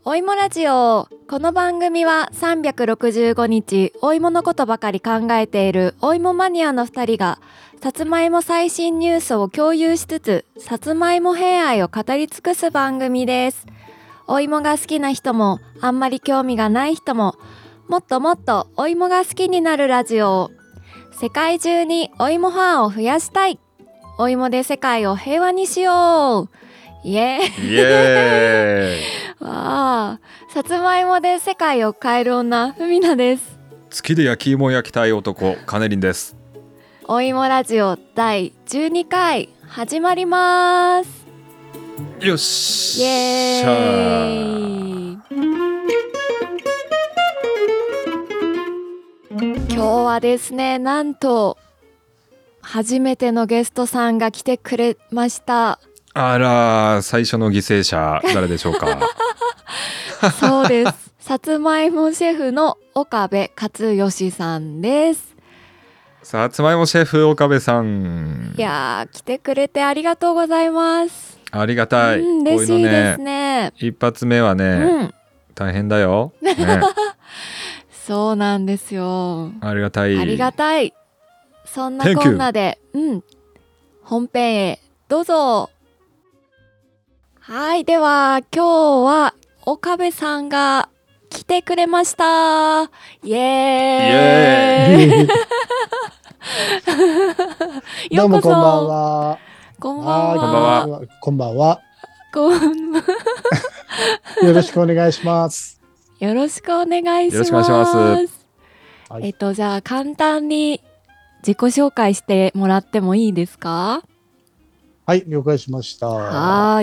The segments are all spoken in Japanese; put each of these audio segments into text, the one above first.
おいもラジオ。この番組は365日お芋のことばかり考えているお芋マニアの2人がさつまいも最新ニュースを共有しつつさつまいも偏愛を語り尽くす番組です。お芋が好きな人もあんまり興味がない人ももっともっとお芋が好きになるラジオ。世界中にお芋ファンを増やしたい。お芋で世界を平和にしよう。イエーイイエーイわあ、さつまいもで世界を変える女、ふみなです。 月で焼き芋を焼きたい男、カネリンです。 おいもラジオ第12回始まります。 よっしイエーイ。今日はですね、なんと初めてのゲストさんが来てくれました。 あら、最初の犠牲者誰でしょうかそうですさつまいもシェフの岡部克義さんです。 さつまいもシェフ岡部さん、 いやー、来てくれてありがとうございます。 ありがたい、 嬉しいですね。 一発目はね、大変だよ、ね、 そうなんですよ。 ありがたい、 ありがたい。そんなこんなで、本編へどうぞ。はい、では今日は岡部さんが来てくれました。イエーイどうもこんばんは。 こんばんは。 こんばんは。 こんばんは。 よろしくお願いします。 よろしくお願いします。 よろしくお願いします。 はい、 じゃあ簡単に自己紹介してもらってもいいですか？ はい、了解しました。 はい。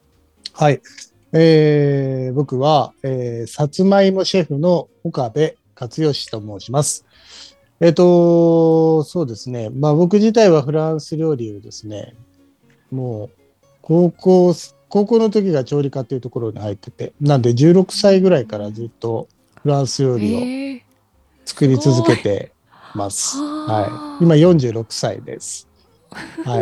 僕は、さつまいもシェフの岡部克義と申します。そうですね。僕自体はフランス料理をですね、もう高校の時が調理科というところに入ってて、なんで16歳ぐらいからずっとフランス料理を作り続けてます。はい。今46歳です。はい。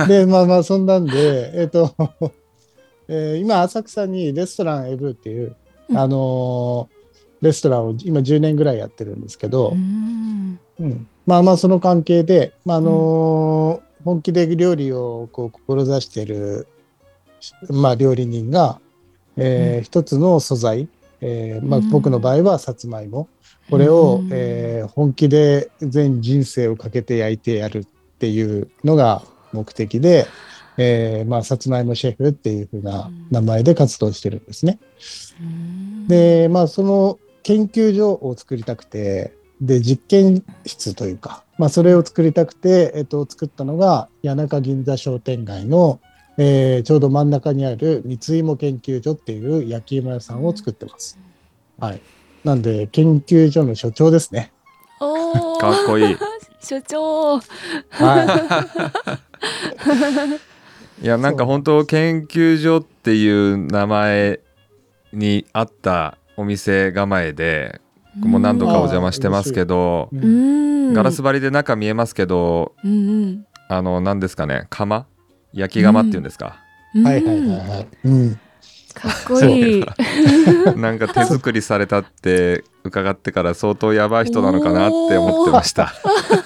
で、そんなんで、今、浅草にレストランエブっていう、レストランを今10年ぐらいやってるんですけど、その関係で、本気で料理を志している、料理人が、一つの素材、僕の場合はさつまいも、これを、本気で全人生をかけて焼いてやるっていうのが目的で、さつまいもシェフっていう風な名前で活動してるんですね。で、その研究所を作りたくて、で、実験室というか、それを作りたくて、作ったのが谷中銀座商店街の、ちょうど真ん中にある三つ芋研究所っていう焼き芋屋さんを作ってます。はい。なんで、研究所の所長ですね。 おー、 かっこいい。 所長。 はい。 いや、なんか本当研究所っていう名前にあったお店構えで、もう何度かお邪魔してますけど、ガラス張りで中見えますけど、何ですかね、窯、焼き窯っていうんですか。 はいはいはいはい。 かっこいい。 なんか手作りされたって伺ってから相当やばい人なのかなって思ってました。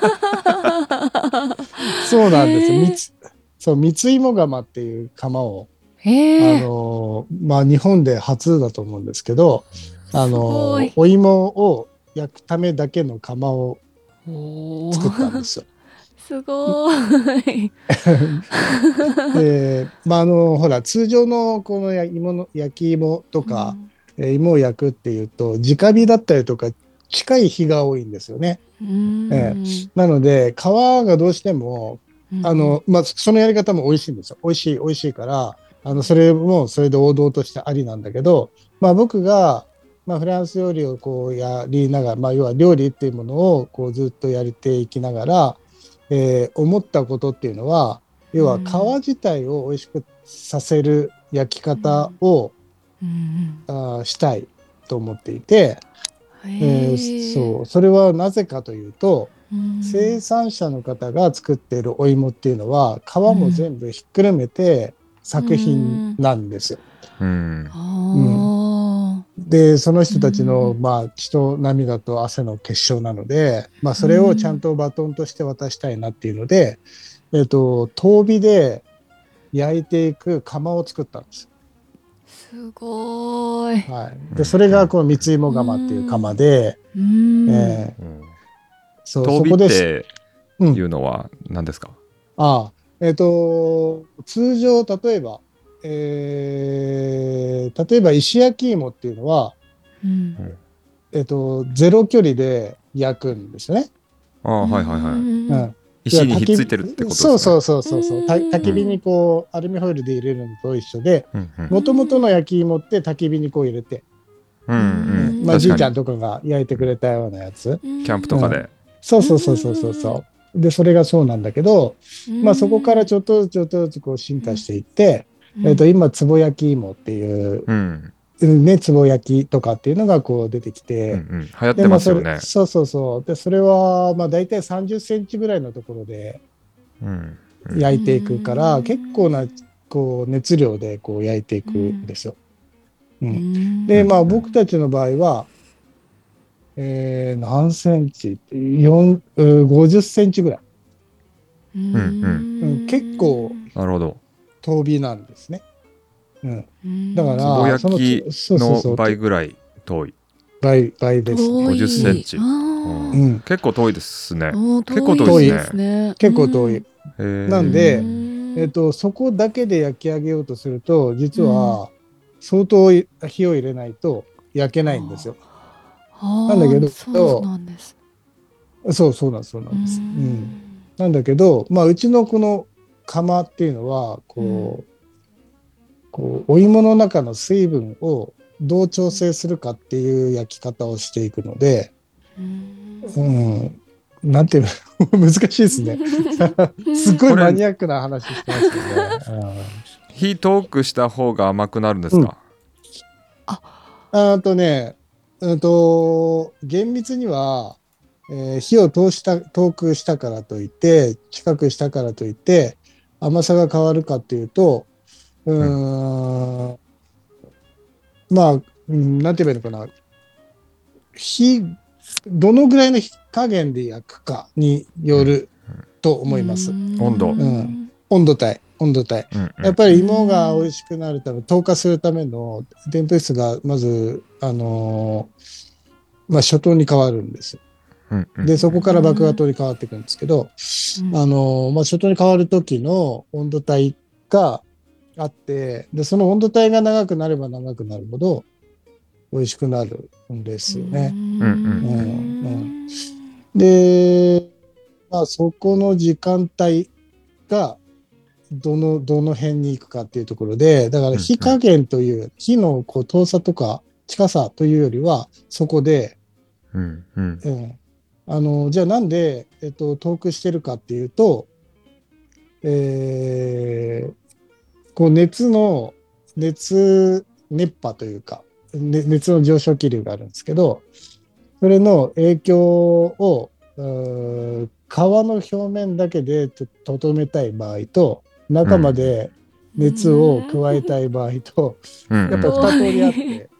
そうなんですよ。三つ芋窯っていう窯を、日本で初だと思うんですけど、お芋を焼くためだけの窯を作ったんですよ。 すごい。 で、ほら、通常のこの焼き芋とか、芋を焼くっていうと、直火だったりとか、近い火が多いんですよね。なので、皮がどうしても、そのやり方も美味しいんですよ。美味しいから、それもそれで王道としてありなんだけど、僕が、フランス料理をこうやりながら、要は料理っていうものをこうずっとやっていきながら、思ったことっていうのは、要は皮自体を美味しくさせる焼き方を、したいと思っていて、それはなぜかというと、生産者の方が作っているお芋っていうのは皮も全部ひっくるめて作品なんですよ。 でその人たちの、血と涙と汗の結晶なので、それをちゃんとバトンとして渡したいなっていうので、遠火で焼いていく窯を作ったんです。 すごい。 でそれがこの三つ芋窯っていう窯で、 遠火っていうのは何ですか？ 通常例えば石焼き芋っていうのは、ゼロ距離で焼くんですよね。石にひっついてるってことですね。そう焚き火にこうアルミホイルで入れるのと一緒で、もともとの焼き芋って焚き火にこう入れて、じいちゃんとかが焼いてくれたようなやつ、 キャンプとかで、 そうでそれがそうなんだけど、そこからちょっとずつこう進化していって、今つぼ焼き芋っていう、つぼ焼きとかっていうのがこう出てきて、 流行ってますよね。 でそれはだいたい30センチぐらいのところで焼いていくから、結構なこう熱量でこう焼いていくんですよ。で僕たちの場合は、何センチ50センチぐらい、結構遠火なんですね。だからつぼ焼きの倍ぐらい遠い。 倍ですね。 50センチ。結構遠いですね。結構遠いですね。 結構遠い。なんで、そこだけで焼き上げようとすると、実は相当火を入れないと焼けないんですよ。なんだけど、そうなんです。なんだけど、うちのこの窯っていうのはこうお芋の中の水分をどう調整するかっていう焼き方をしていくので、なんていうの難しいですね。すごいマニアックな話してますけどね。 火遠くした方が甘くなるんですか？ 厳密には、火を遠くしたからといって近くしたからといって甘さが変わるかっていうと、なんて言えばいいのかな、どのぐらいの火加減で焼くかによると思います。温度帯。やっぱり芋が美味しくなるため、透過するためのでんぷん質がまず初糖に変わるんです。でそこから麦芽糖に変わっていくんですけど、初糖に変わる時の温度帯があって、でその温度帯が長くなれば長くなるほど美味しくなるんですよね。で、そこの時間帯がどの辺に行くかっていうところで、だから火加減という、火のこう遠さとか近さというよりはそこで、じゃあなんで、遠くしてるかっていうと、こう熱波というか、熱の上昇気流があるんですけど、それの影響を皮の表面だけでとどめたい場合と、中まで熱を加えたい場合と、やっぱり2通りあって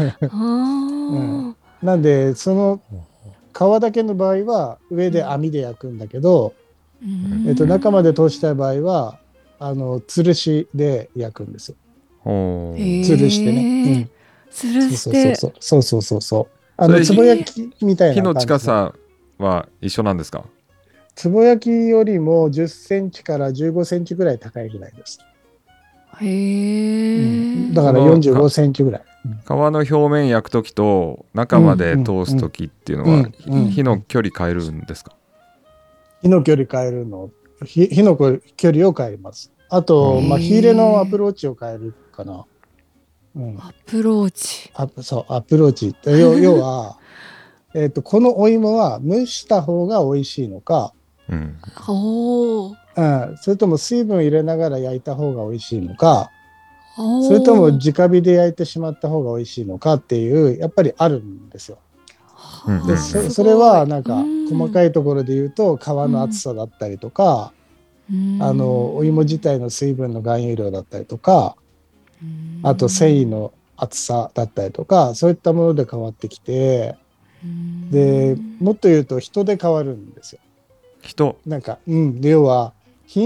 なんでその皮だけの場合は上で網で焼くんだけど、中まで通したい場合は吊るしで焼くんですよ。吊るしてね。吊るして。そうつぼ焼きみたいな火の近さは一緒なんですか？ つぼ焼きよりも10センチから15センチぐらい高いぐらいです。だから45センチぐらい。 皮の表面焼くときと中まで通すときっていうのは火の距離変えるんですか？ 火の距離変えるの、火の距離を変えます。あと、火入れのアプローチを変えるかな。 アプローチ。 アプローチ。要は、このお芋は蒸した方が美味しいのか、それとも水分入れながら焼いた方が美味しいのか、それとも直火で焼いてしまった方が美味しいのかっていう、やっぱりあるんですよ。でそれはなんか細かいところで言うと皮の厚さだったりとか、お芋自体の水分の含有量だったりとか、 あと繊維の厚さだったりとか、そういったもので変わってきて、でもっと言うと人で変わるんですよ。 人。 なんか、で要は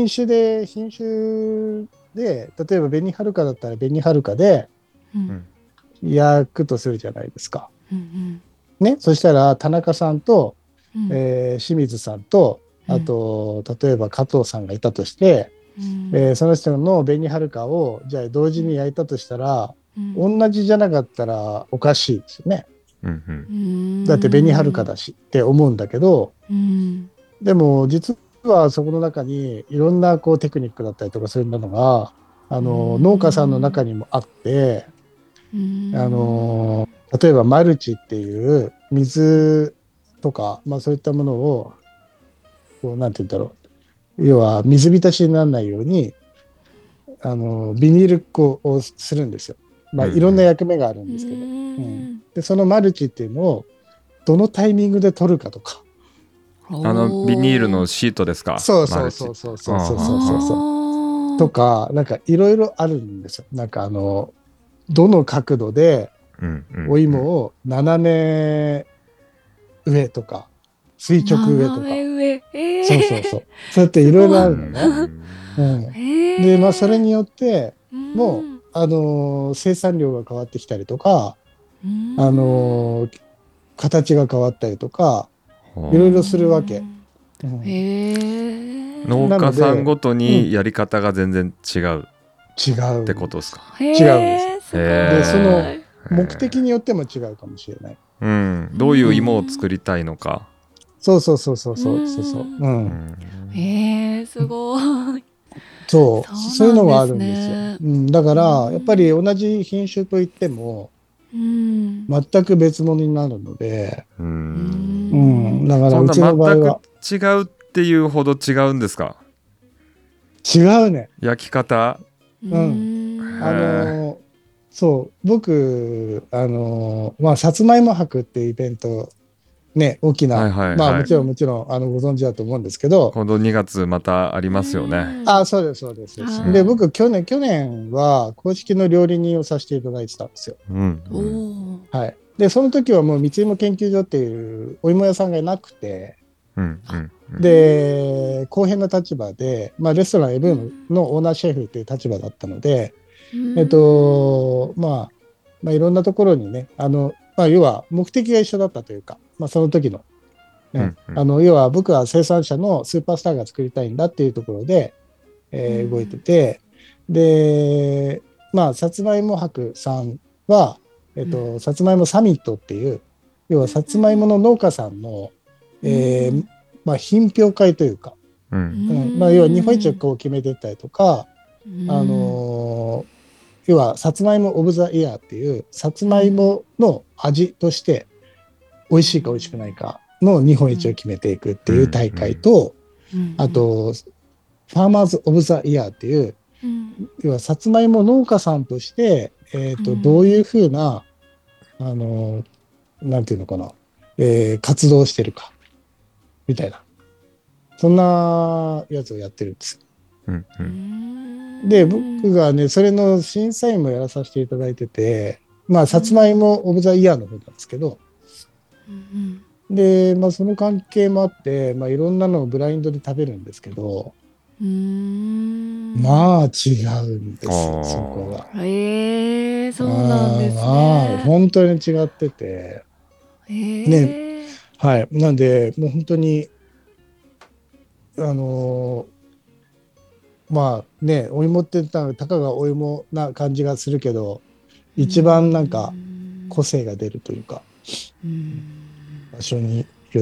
品種で例えば紅はるかだったら紅はるかで焼くとするじゃないですか。ね、そしたら田中さんと、清水さんと、あと例えば加藤さんがいたとして、その人の紅はるかをじゃあ同時に焼いたとしたら、同じじゃなかったらおかしいですよね。だって紅はるかだしって思うんだけど、でも実はそこの中にいろんなこうテクニックだったりとかそういうのが農家さんの中にもあって、例えばマルチっていう水とか、そういったものをこうなんて言うんだろう、要は水浸しにならないようにビニールをするんですよ。いろんな役目があるんですけど、でそのマルチっていうのをどのタイミングで取るかとか、 ビニールのシートですか。 そうとか、なんかいろいろあるんですよ。なんかどの角度でお芋を斜め上とか垂直上とか、そうやっていろいろあるのね。でそれによってもう生産量が変わってきたりとか、形が変わったりとかいろいろするわけ。 農家さんごとにやり方が全然違うってことですか。 違うんです。でその目的によっても違うかもしれない。 どういう芋を作りたいのか。 そう。 すごい。 そういうのがあるんですよ。だからやっぱり同じ品種といっても全く別物になるので、だからうちの場合は全く違うっていうほど違うんですか。 違うね。 焼き方。 そう僕さつまいも博っていうイベントね、大きな、もちろんご存知だと思うんですけど、 今度2月またありますよね。 そうです。で僕去年は公式の料理人をさせていただいてたんですよ。でその時はもう三つ芋研究所っていうお芋屋さんがなくて、で公平な立場で、レストランエブームのオーナーシェフっていう立場だったので、いろんなところにね要は目的が一緒だったというか、その時の、要は僕は生産者のスーパースターが作りたいんだっていうところで、動いてて、でさつまいも博さんは、さつまいもサミットっていう要はさつまいもの農家さんの、品評会というか、要は日本一をこう決めていったりとか、要はさつまいもオブザイヤーっていうさつまいもの味として美味しいか美味しくないかの日本一を決めていくっていう大会と、あとファーマーズオブザイヤーっていう、要はさつまいも農家さんとして、どういうふうななんていうのかな、活動をしてるかみたいな、そんなやつをやってるんです。で僕がねそれの審査員もやらさせていただいてて、さつまいもオブザイヤーの方なんですけど、でその関係もあって、いろんなのをブラインドで食べるんですけど、違うんですよ、そこが。 そうなんですね。 本当に違ってて、なんでもう本当にお芋ってたかがお芋な感じがするけど、一番なんか個性が出るというか、場所によって、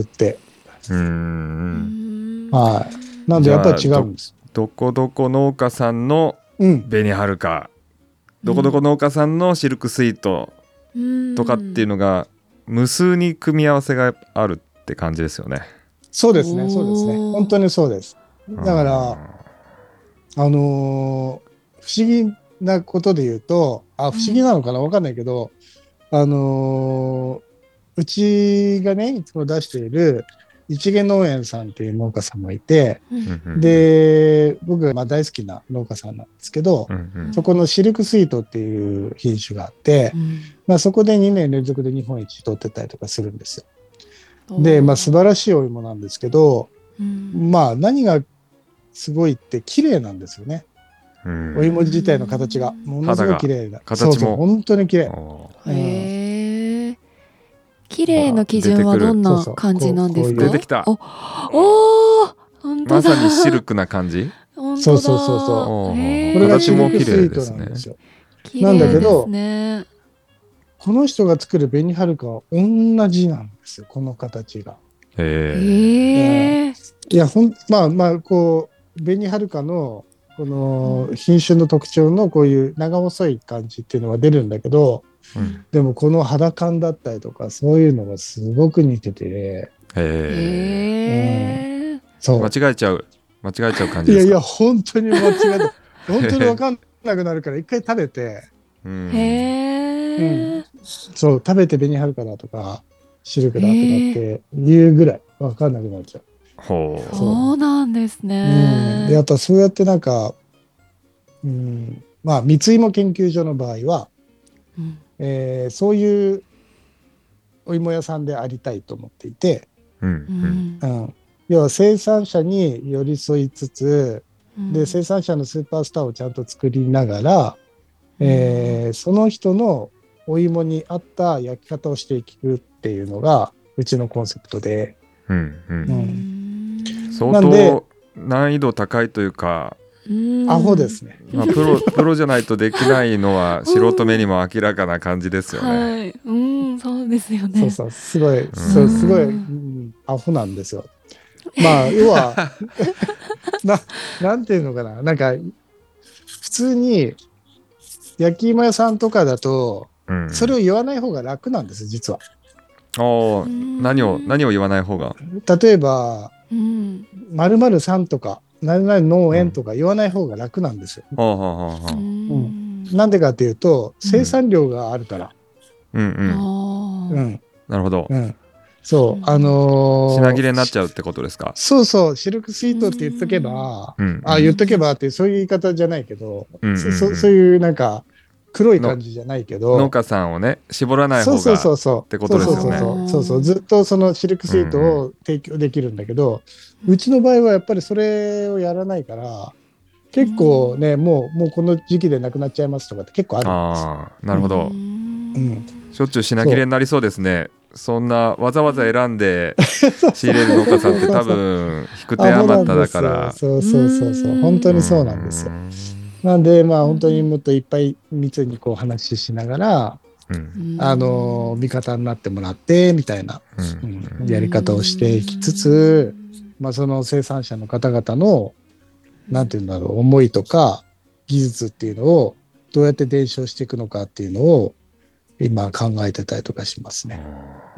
なんでやっぱり違うんです。 どこどこ農家さんの紅はるか、どこどこ農家さんのシルクスイートとかっていうのが無数に組み合わせがあるって感じですよね。 そうですね本当にそうです。だから不思議なことで言うと、不思議なのかな分かんないけど、うちがねいつも出している一元農園さんっていう農家さんもいて、 うんで、僕がまあ大好きな農家さんなんですけど、 うんそこのシルクスイートっていう品種があって、まあ、そこで2年連続で日本一取ってたりとかするんですよ。で、まあ、素晴らしいお芋なんですけど、まあ、何がすごいって綺麗なんですよね。お芋自体の形がものすごい綺麗な。 形もそうそう、本当に綺麗。 へえ。綺麗の基準はどんな感じなんですか？ 出てきた。 おー、本当だ。 まさにシルクな感じ。 本当だ。 そうそうそうそう。 これがシルクスイートなんですよ。 なんだけど、 この人が作る紅はるかは同じなんですよ、この形が。 へえ。 いや、まあまあ、こう、紅はるかのこの品種の特徴のこういう長細い感じっていうのは出るんだけど、でもこの肌感だったりとかそういうのがすごく似てて、 そう間違えちゃう感じですか？ いやいや本当に間違えた本当に分かんなくなるから一回食べて、そう食べて紅はるかだとかシルクだとかって言うぐらい分かんなくなっちゃう。 そうなんですね。 でやっぱそうやってなんか、まあ三つ芋研究所の場合は、そういうお芋屋さんでありたいと思っていて、要は生産者に寄り添いつつ、で生産者のスーパースターをちゃんと作りながら、その人のお芋に合った焼き方をしていくっていうのがうちのコンセプトで、 相当難易度高いというかアホですね、 まあ、プロじゃないとできないのは素人目にも明らかな感じですよね。 そうですよね。 そうすごい、すごい、アホなんですよ。まあ要はなんていうのかな、なんか普通に焼き芋屋さんとかだと、それを言わない方が楽なんです実は。 何を言わない方が、 例えば〇〇さんとか何々農園とか言わない方が楽なんですよ。なんでかっていうと生産量があるから。 なるほど。 そう品切れになっちゃうってことですか？ そうシルクスイートって言っとけば、言っとけばってそういう言い方じゃないけど、そういうなんか黒い感じじゃないけど、 農家さんをね絞らない方がってことですよね。 そうずっとそのシルクスイートを提供できるんだけど、うちの場合はやっぱりそれをやらないから結構ね、もうこの時期でなくなっちゃいますとかって結構あるんですよ。 なるほど。しょっちゅう品切れになりそうですね。そんなわざわざ選んで仕入れる農家さんって多分引く手あまただから。 そう本当にそうなんですよ。なんでまあ本当にもっといっぱい密にこう話しながら、味方になってもらってみたいな、やり方をしていきつつ、まあその生産者の方々のなんていうんだろう、思いとか技術っていうのをどうやって伝承していくのかっていうのを今考えてたりとかしますね。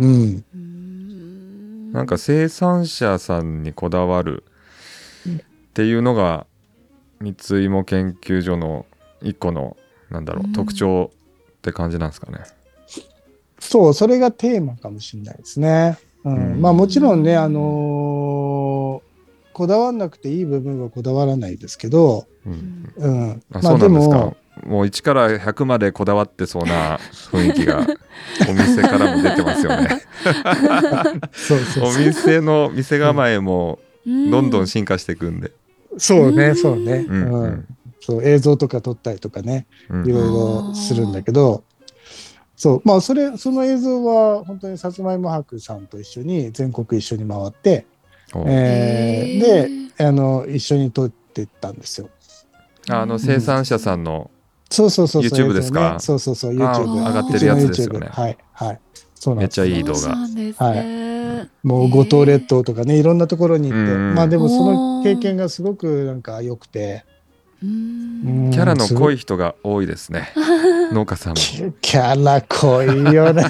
なんか生産者さんにこだわるっていうのが三つ芋研究所の一個の特徴って感じなんですかね。 そう、それがテーマかもしれないですね。まあもちろんね、こだわんなくていい部分はこだわらないですけど、 まあでももう1から100までこだわってそうな雰囲気がお店からも出てますよね。お店の店構えもどんどん進化していくんで。 そうね。そう映像とか撮ったりとかね、いろいろするんだけど、まあその映像は本当にさつまいも博さんと一緒に全国一緒に回って、で一緒に撮っていったんですよ。 生産者さんのそう YouTube ですか？ そう YouTube 上がってるやつですよね。 そうなんです。 めっちゃいい動画。 もう五島列島とかね、いろんなところに行って、まあでもその経験がすごくなんか良くて、 キャラの濃い人が多いですね。農家さんもキャラ濃いよね。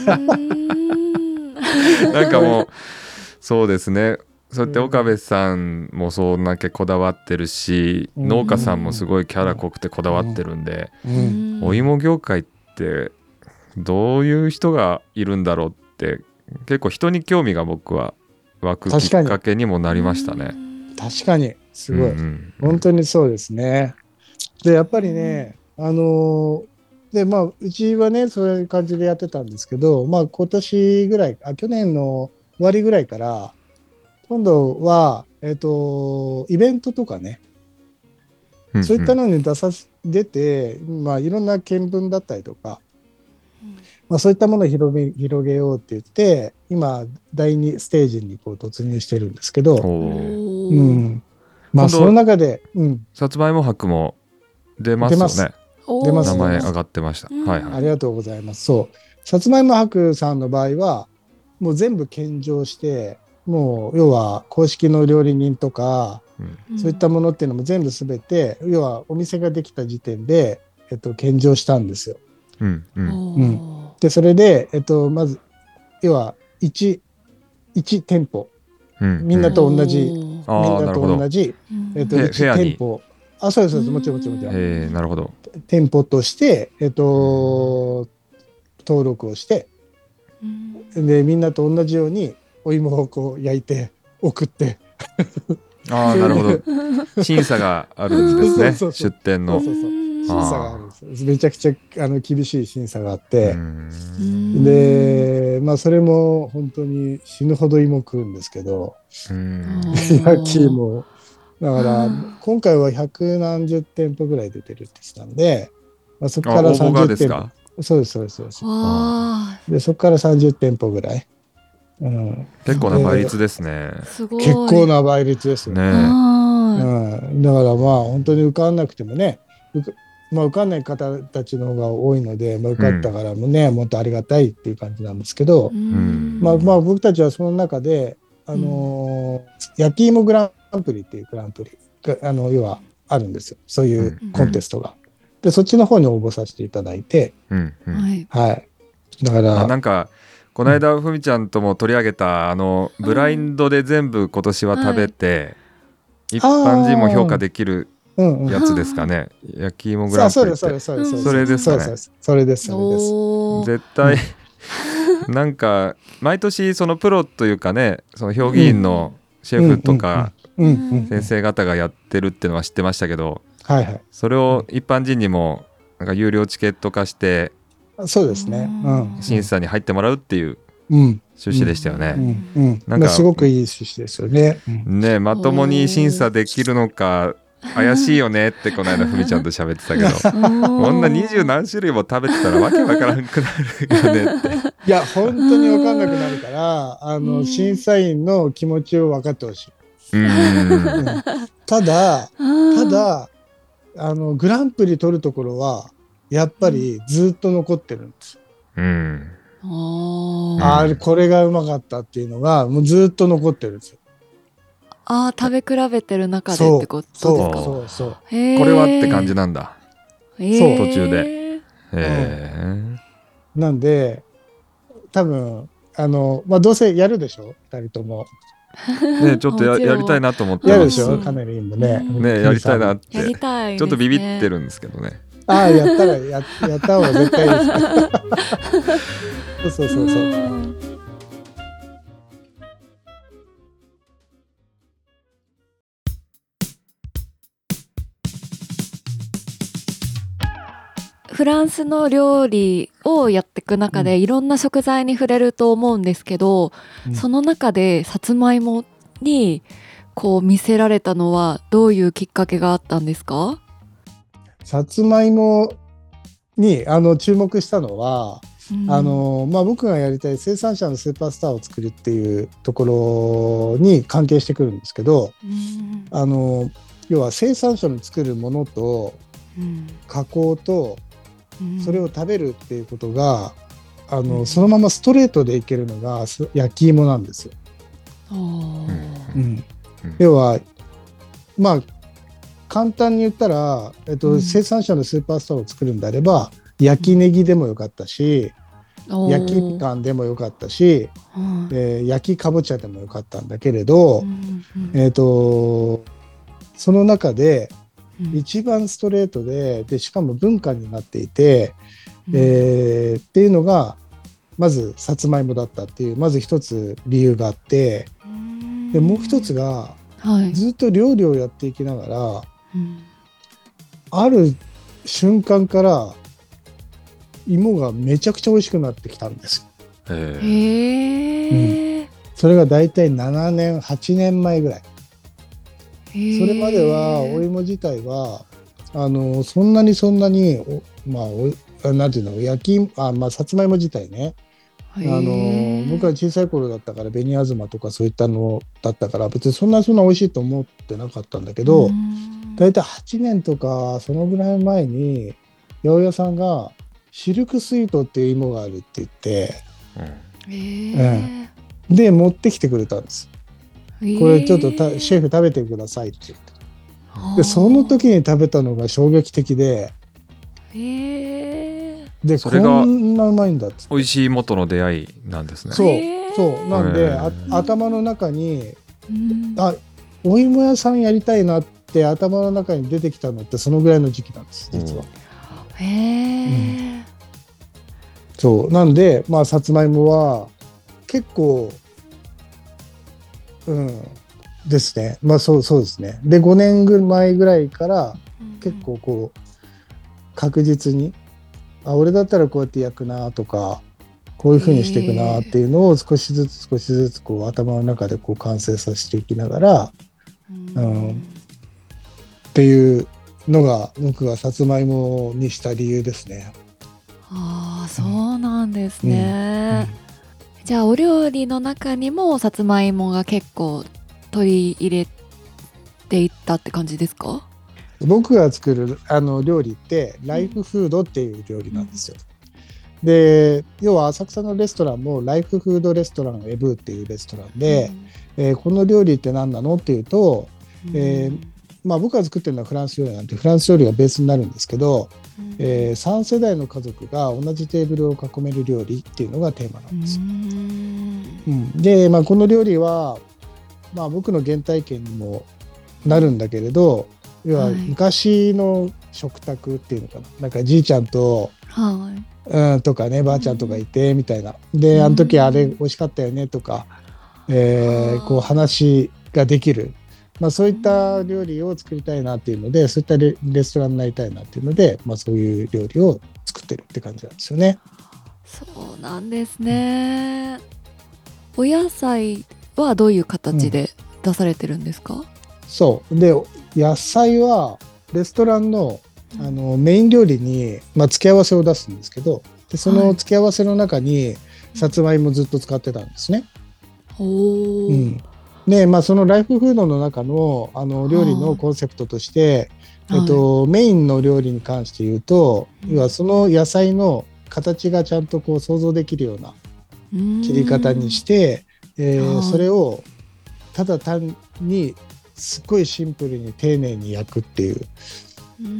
なんかもうそうですね。そうやって岡部さんもそんだけこだわってるし、農家さんもすごいキャラ濃くてこだわってるんで、お芋業界ってどういう人がいるんだろうって結構人に興味が僕は湧くきっかけにもなりましたね。 確かにすごい、本当にそうですね。でやっぱりね、でまあうちはねそういう感じでやってたんですけど、まあ今年ぐらい去年の終わりぐらいから今度はイベントとかね、そういったのに出て、まあいろんな見聞だったりとか、まあ、そういったものを広げようって言って今第2ステージにこう突入してるんですけど、まあその中で、 さつまいも博も出ますよね。 出ます。 名前上がってました。 ありがとうございます。そうさつまいも博さんの場合はもう全部献上して、もう要は公式の料理人とか、そういったものっていうのも全部すべて要はお店ができた時点で、献上したんですよ。でそれで、まず要は1店舗、みんなと同じ1店舗、そうですもちろんなるほど。 店舗として、登録をして、でみんなと同じようにお芋をこう焼いて送ってなるほど。審査があるんですね。出店の審査があるんです。めちゃくちゃ厳しい審査があって、でまあそれも本当に死ぬほど芋食うんですけど、焼き芋だから今回は百何十店舗ぐらい出てるって言ってたんで、まあ、そこから30店舗。そうです。でそこから30店舗ぐらい。 結構な倍率ですね。 結構な倍率ですよね。だからまあ本当に受かんなくてもね、受かんない方たちの方が多いので、受かったからもね、もっとありがたいっていう感じなんですけど、まあ僕たちはその中で焼き芋グランプリっていうグランプリが要はあるんですよ。そういうコンテストが。でそっちの方に応募させていただいて、だからなんかこの間ふみちゃんとも取り上げたブラインドで全部今年は食べて、一般人も評価できるやつですかね。焼き芋グランプリってそれですかね。 それです。 絶対なんか毎年そのプロというかね、その評議員のシェフとか先生方がやってるっていうのは知ってましたけど、それを一般人にもなんか有料チケット化してそうですね、 審査に入ってもらうっていう趣旨でしたよね。 なんかすごくいい趣旨ですよね。 ね、まともに審査できるのか怪しいよねってこの間ふみちゃんと喋ってたけどこんな20何種類も食べてたらわけわからんくなるよねって。 いや本当にわかんなくなるから審査員の気持ちを分かってほしい。ただグランプリ取るところはやっぱりずっと残ってるんですよ。これがうまかったっていうのがもうずっと残ってるんですよ。 食べ比べてる中でってことですか。 そうこれはって感じなんだ。途中で。 なんで多分どうせやるでしょ2人とも。 ね、ちょっと やりたいなと思ってます。 やるでしょカネリンもね。 やりたいなってちょっとビビってるんですけどね。 やったらやった方が絶対いいです。そう。 フランスの料理をやっていく中でいろんな食材に触れると思うんですけど、その中でさつまいもにこう見せられたのはどういうきっかけがあったんですか？ さつまいもに注目したのは、僕がやりたい生産者のスーパースターを作るっていうところに関係してくるんですけど、要は生産者の作るものと加工とそれを食べるっていうことがそのままストレートでいけるのが焼き芋なんですよ。要は簡単に言ったら、生産者のスーパースターを作るんであれば焼きネギでもよかったし焼きみかんでもよかったし、焼きかぼちゃでもよかったんだけれど、その中で一番ストレートでしかも文化になっていて、っていうのがまずさつまいもだったっていうまず一つ理由があって、 でもう一つが、ずっと料理をやっていきながら、ある瞬間から芋がめちゃくちゃ美味しくなってきたんですよ。それがだいたい7年8年前ぐらい。それまではお芋自体はそんなになんていうの、さつまいも自体ね、僕は小さい頃だったから紅あずまとかそういったのだったから別にそんな美味しいと思ってなかったんだけど、だいたい8年とかそのぐらい前に八百屋さんがシルクスイートっていう芋があるって言って、で持ってきてくれたんです。これちょっとシェフ食べてくださいって言って、でその時に食べたのが衝撃的で、でそれがこんなうまいんだって、 美味しい芋との出会いなんですね。 そうなんで、頭の中にお芋屋さんやりたいなって頭の中に出てきたのってそのぐらいの時期なんです実は。そうなんでさつまいもは結構ですね。そうですね。で5年前ぐらいから結構こう確実に俺だったらこうやって焼くなとかこういう風にしていくなっていうのを少しずつこう頭の中でこう完成させていきながら、っていうのが僕がさつまいもにした理由ですね。 そうなんですね。じゃあお料理の中にもさつまいもが結構取り入れていったって感じですか？ 僕が作る料理ってライフフードっていう料理なんですよ。で要は浅草のレストランもライフフードレストランエブーっていうレストランで、この料理って何なのっていうと、僕が作ってるのはフランス料理なんでフランス料理がベースになるんですけど、3世代の家族が同じテーブルを囲める料理っていうのがテーマなんですよ。で、この料理は、僕の原体験にもなるんだけれど、要は昔の食卓っていうのかな、なんかじいちゃんと、とかねばあちゃんとかいてみたいな、であの時あれ美味しかったよねとか、こう話ができる、そういった料理を作りたいなっていうので、そういったレストランになりたいなっていうので、そういう料理を作ってるって感じなんですよね。 そうなんですね。お野菜はどういう形で出されてるんですか？そうで野菜はレストランのメイン料理に、付け合わせを出すんですけど、でその付け合わせの中にさつまいもずっと使ってたんですね。でそのライフフードの中の料理のコンセプトとして、メインの料理に関して言うと、要はその野菜の形がちゃんとこう想像できるような切り方にして、それをただ単にすっごいシンプルに丁寧に焼くっていう、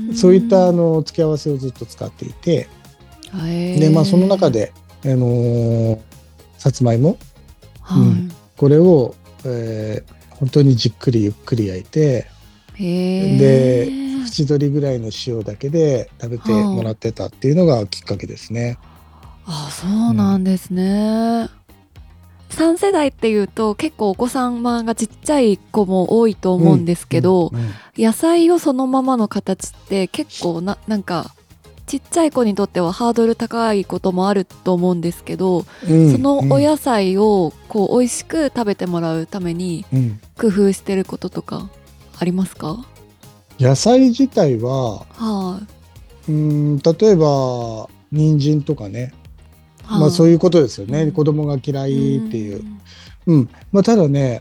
そういった付け合わせをずっと使っていて、でその中で、さつまいも、これを、本当にじっくりゆっくり焼いて、で縁取りぐらいの塩だけで食べてもらってたっていうのがきっかけですね。 そうなんですね。3世代っていうと結構お子様がちっちゃい子も多いと思うんですけど、野菜をそのままの形って結構なんかちっちゃい子にとってはハードル高いこともあると思うんですけど、そのお野菜をこう美味しく食べてもらうために工夫してることとかありますか？ 野菜自体は、例えば人参とかね、そういうことですよね。子供が嫌いっていう。ただね、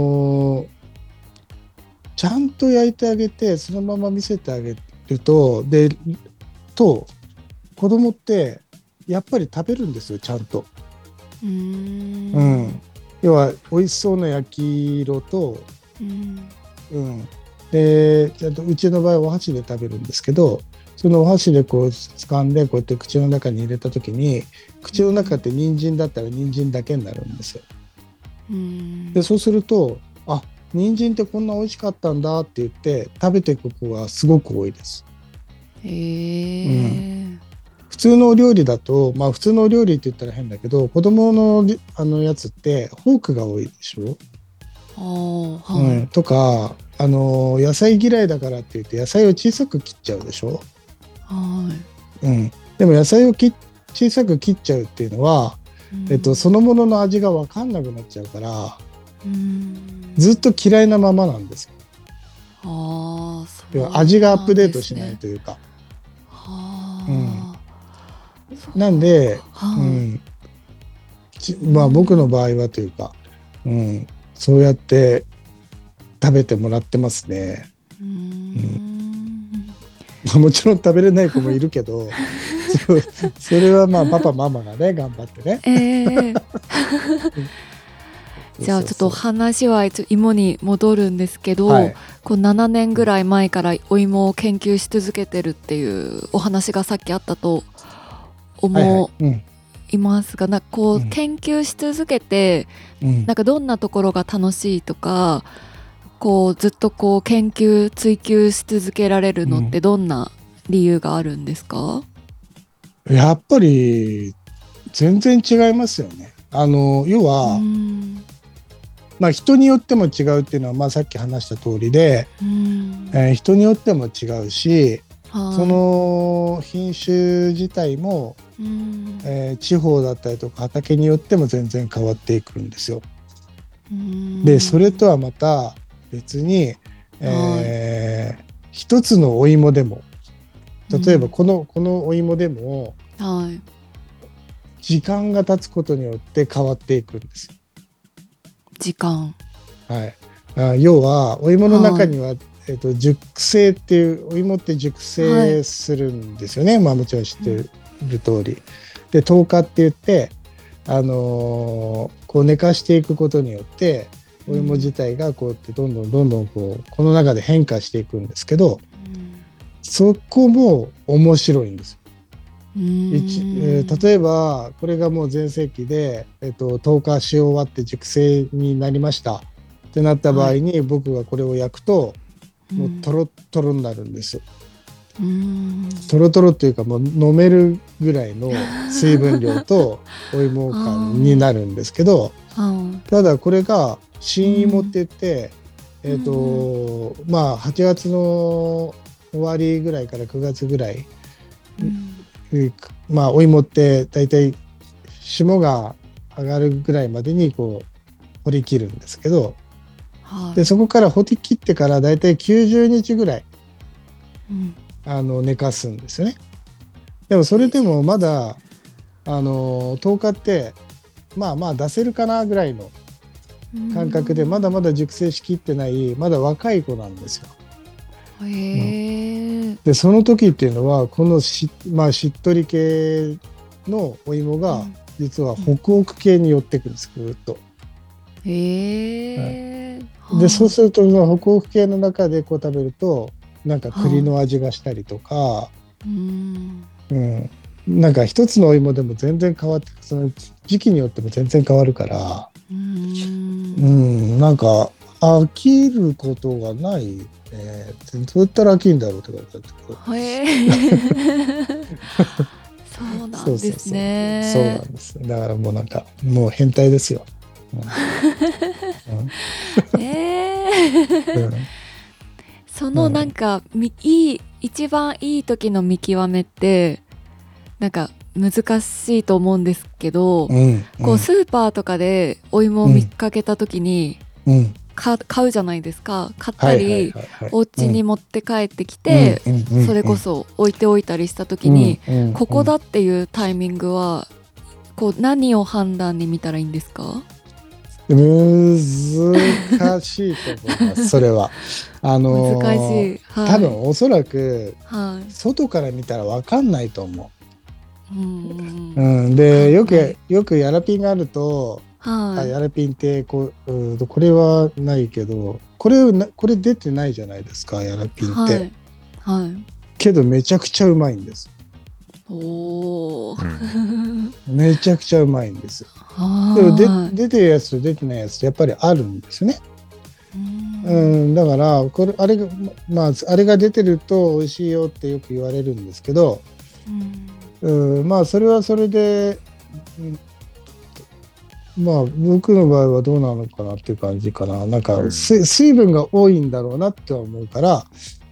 ちゃんと焼いてあげてそのまま見せてあげると子供ってやっぱり食べるんですよ、ちゃんと。要は美味しそうな焼き色と、でちゃんとうちの場合はお箸で食べるんですけど、そのお箸でこう掴んでこうやって口の中に入れた時に、口の中って人参だったら人参だけになるんですよ。でそうすると、人参ってこんな美味しかったんだって言って食べていく子がすごく多いです。普通のお料理だと、普通のお料理って言ったら変だけど、子供のやつってフォークが多いでしょ。 はいとか、野菜嫌いだからって言って野菜を小さく切っちゃうでしょ。 はい、 でも野菜を小さく切っちゃうっていうのは、そのものの味が分かんなくなっちゃうから、ずっと嫌いなままなんですよ。 そうなんですね。 味がアップデートしないというか。なんで、まあ僕の場合はというか、そうやって食べてもらってますね。もちろん食べれない子もいるけどそれはまあパパママがね頑張ってね。 じゃあちょっと話は芋に戻るんですけど、こう7年ぐらい前からお芋を研究し続けてるっていうお話がさっきあったと思いますが、こう研究し続けて、なんかどんなところが楽しいとか、こうずっとこう研究追求し続けられるのってどんな理由があるんですか？ やっぱり全然違いますよね。要は、まあ、人によっても違うっていうのは、まあ、さっき話した通りで、人によっても違うし、その品種自体も、地方だったりとか畑によっても全然変わっていくんですよ。でそれとはまた別に、一つのお芋でも例えばこのお芋でも、時間が経つことによって変わっていくんですよ。時間、要はお芋の中には、熟成っていうお芋って熟成するんですよね。まあもちろん知ってる通りで糖化って言って、こう寝かしていくことによってお芋自体がこうやってどんどんこの中で変化していくんですけど、そこも面白いんですよ。例えばこれがもう全盛期で、糖化し終わって熟成になりましたってなった場合に、僕がこれを焼くともうトロットロになるんですよ。トロトロっていうかもう飲めるぐらいの水分量とお芋感になるんですけどただこれが新芋って言って、まあ8月の終わりぐらいから9月ぐらい、まあお芋ってだいたい霜が上がるぐらいまでにこう掘り切るんですけど、でそこから掘り切ってからだいたい90日ぐらい、寝かすんですよね。でもそれでもまだ10日ってまあまあ出せるかなぐらいの感覚でまだまだ熟成しきってないまだ若い子なんですよ。でその時っていうのはこのまあ、しっとり系のお芋が実はホクホク系に寄ってくるんですぐっと。でそうするとホクホク系の中でこう食べるとなんか栗の味がしたりとか、なんか一つのお芋でも全然変わってその時期によっても全然変わるから、なんか飽きることがない、どうやったら飽きるんだろうって感じだったけど。 そうなんですね。 そうなんです。だからもうなんかもう変態ですよ。 そのなんか、一番いい時の見極めってなんか難しいと思うんですけど、こうスーパーとかでお芋を見かけた時に、買うじゃないですか。買ったり、お家に持って帰ってきて、それこそ置いておいたりした時に、ここだっていうタイミングはこう何を判断に見たらいいんですか？ 難しいと思います。それは難しい、 多分おそらく、外から見たら分かんないと思う。でよくヤラピンがあると、ヤラピンってこれはないけどこれ出てないじゃないですかヤラピンって、けどめちゃくちゃうまいんです。めちゃくちゃうまいんです。でも出てるやつと出てないやつとやっぱりあるんですよね。だからあれが出てると美味しいよってよく言われるんですけど、まあそれはそれで、 まあ僕の場合はどうなのかなっていう感じかな。なんかうん水分が多いんだろうなって思うから、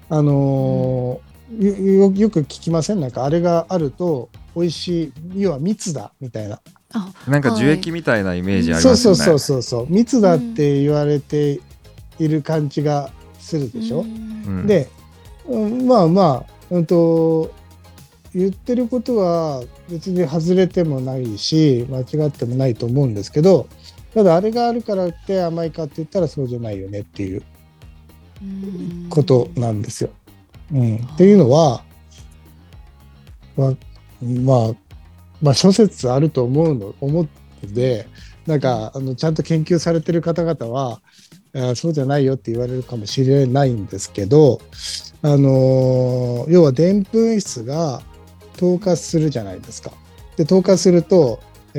よく聞きません？なんかあれがあると美味しい、要は蜜だみたいな。 あ、 なんか樹はい。 液みたいなイメージありそうそうそうますよね。 そうそう、蜜だって言われている感じがするでしょ。 うんで、まあまあ、言ってることは別に外れてもないし間違ってもないと思うんですけど、ただあれがあるからって甘いかって言ったらそうじゃないよねっていうことなんですよ。っていうのは、まあ、まあ、諸説あると思うので、なんかちゃんと研究されてる方々はそうじゃないよって言われるかもしれないんですけど、要はでんぷん質が糖化するじゃないですか。で糖化すると、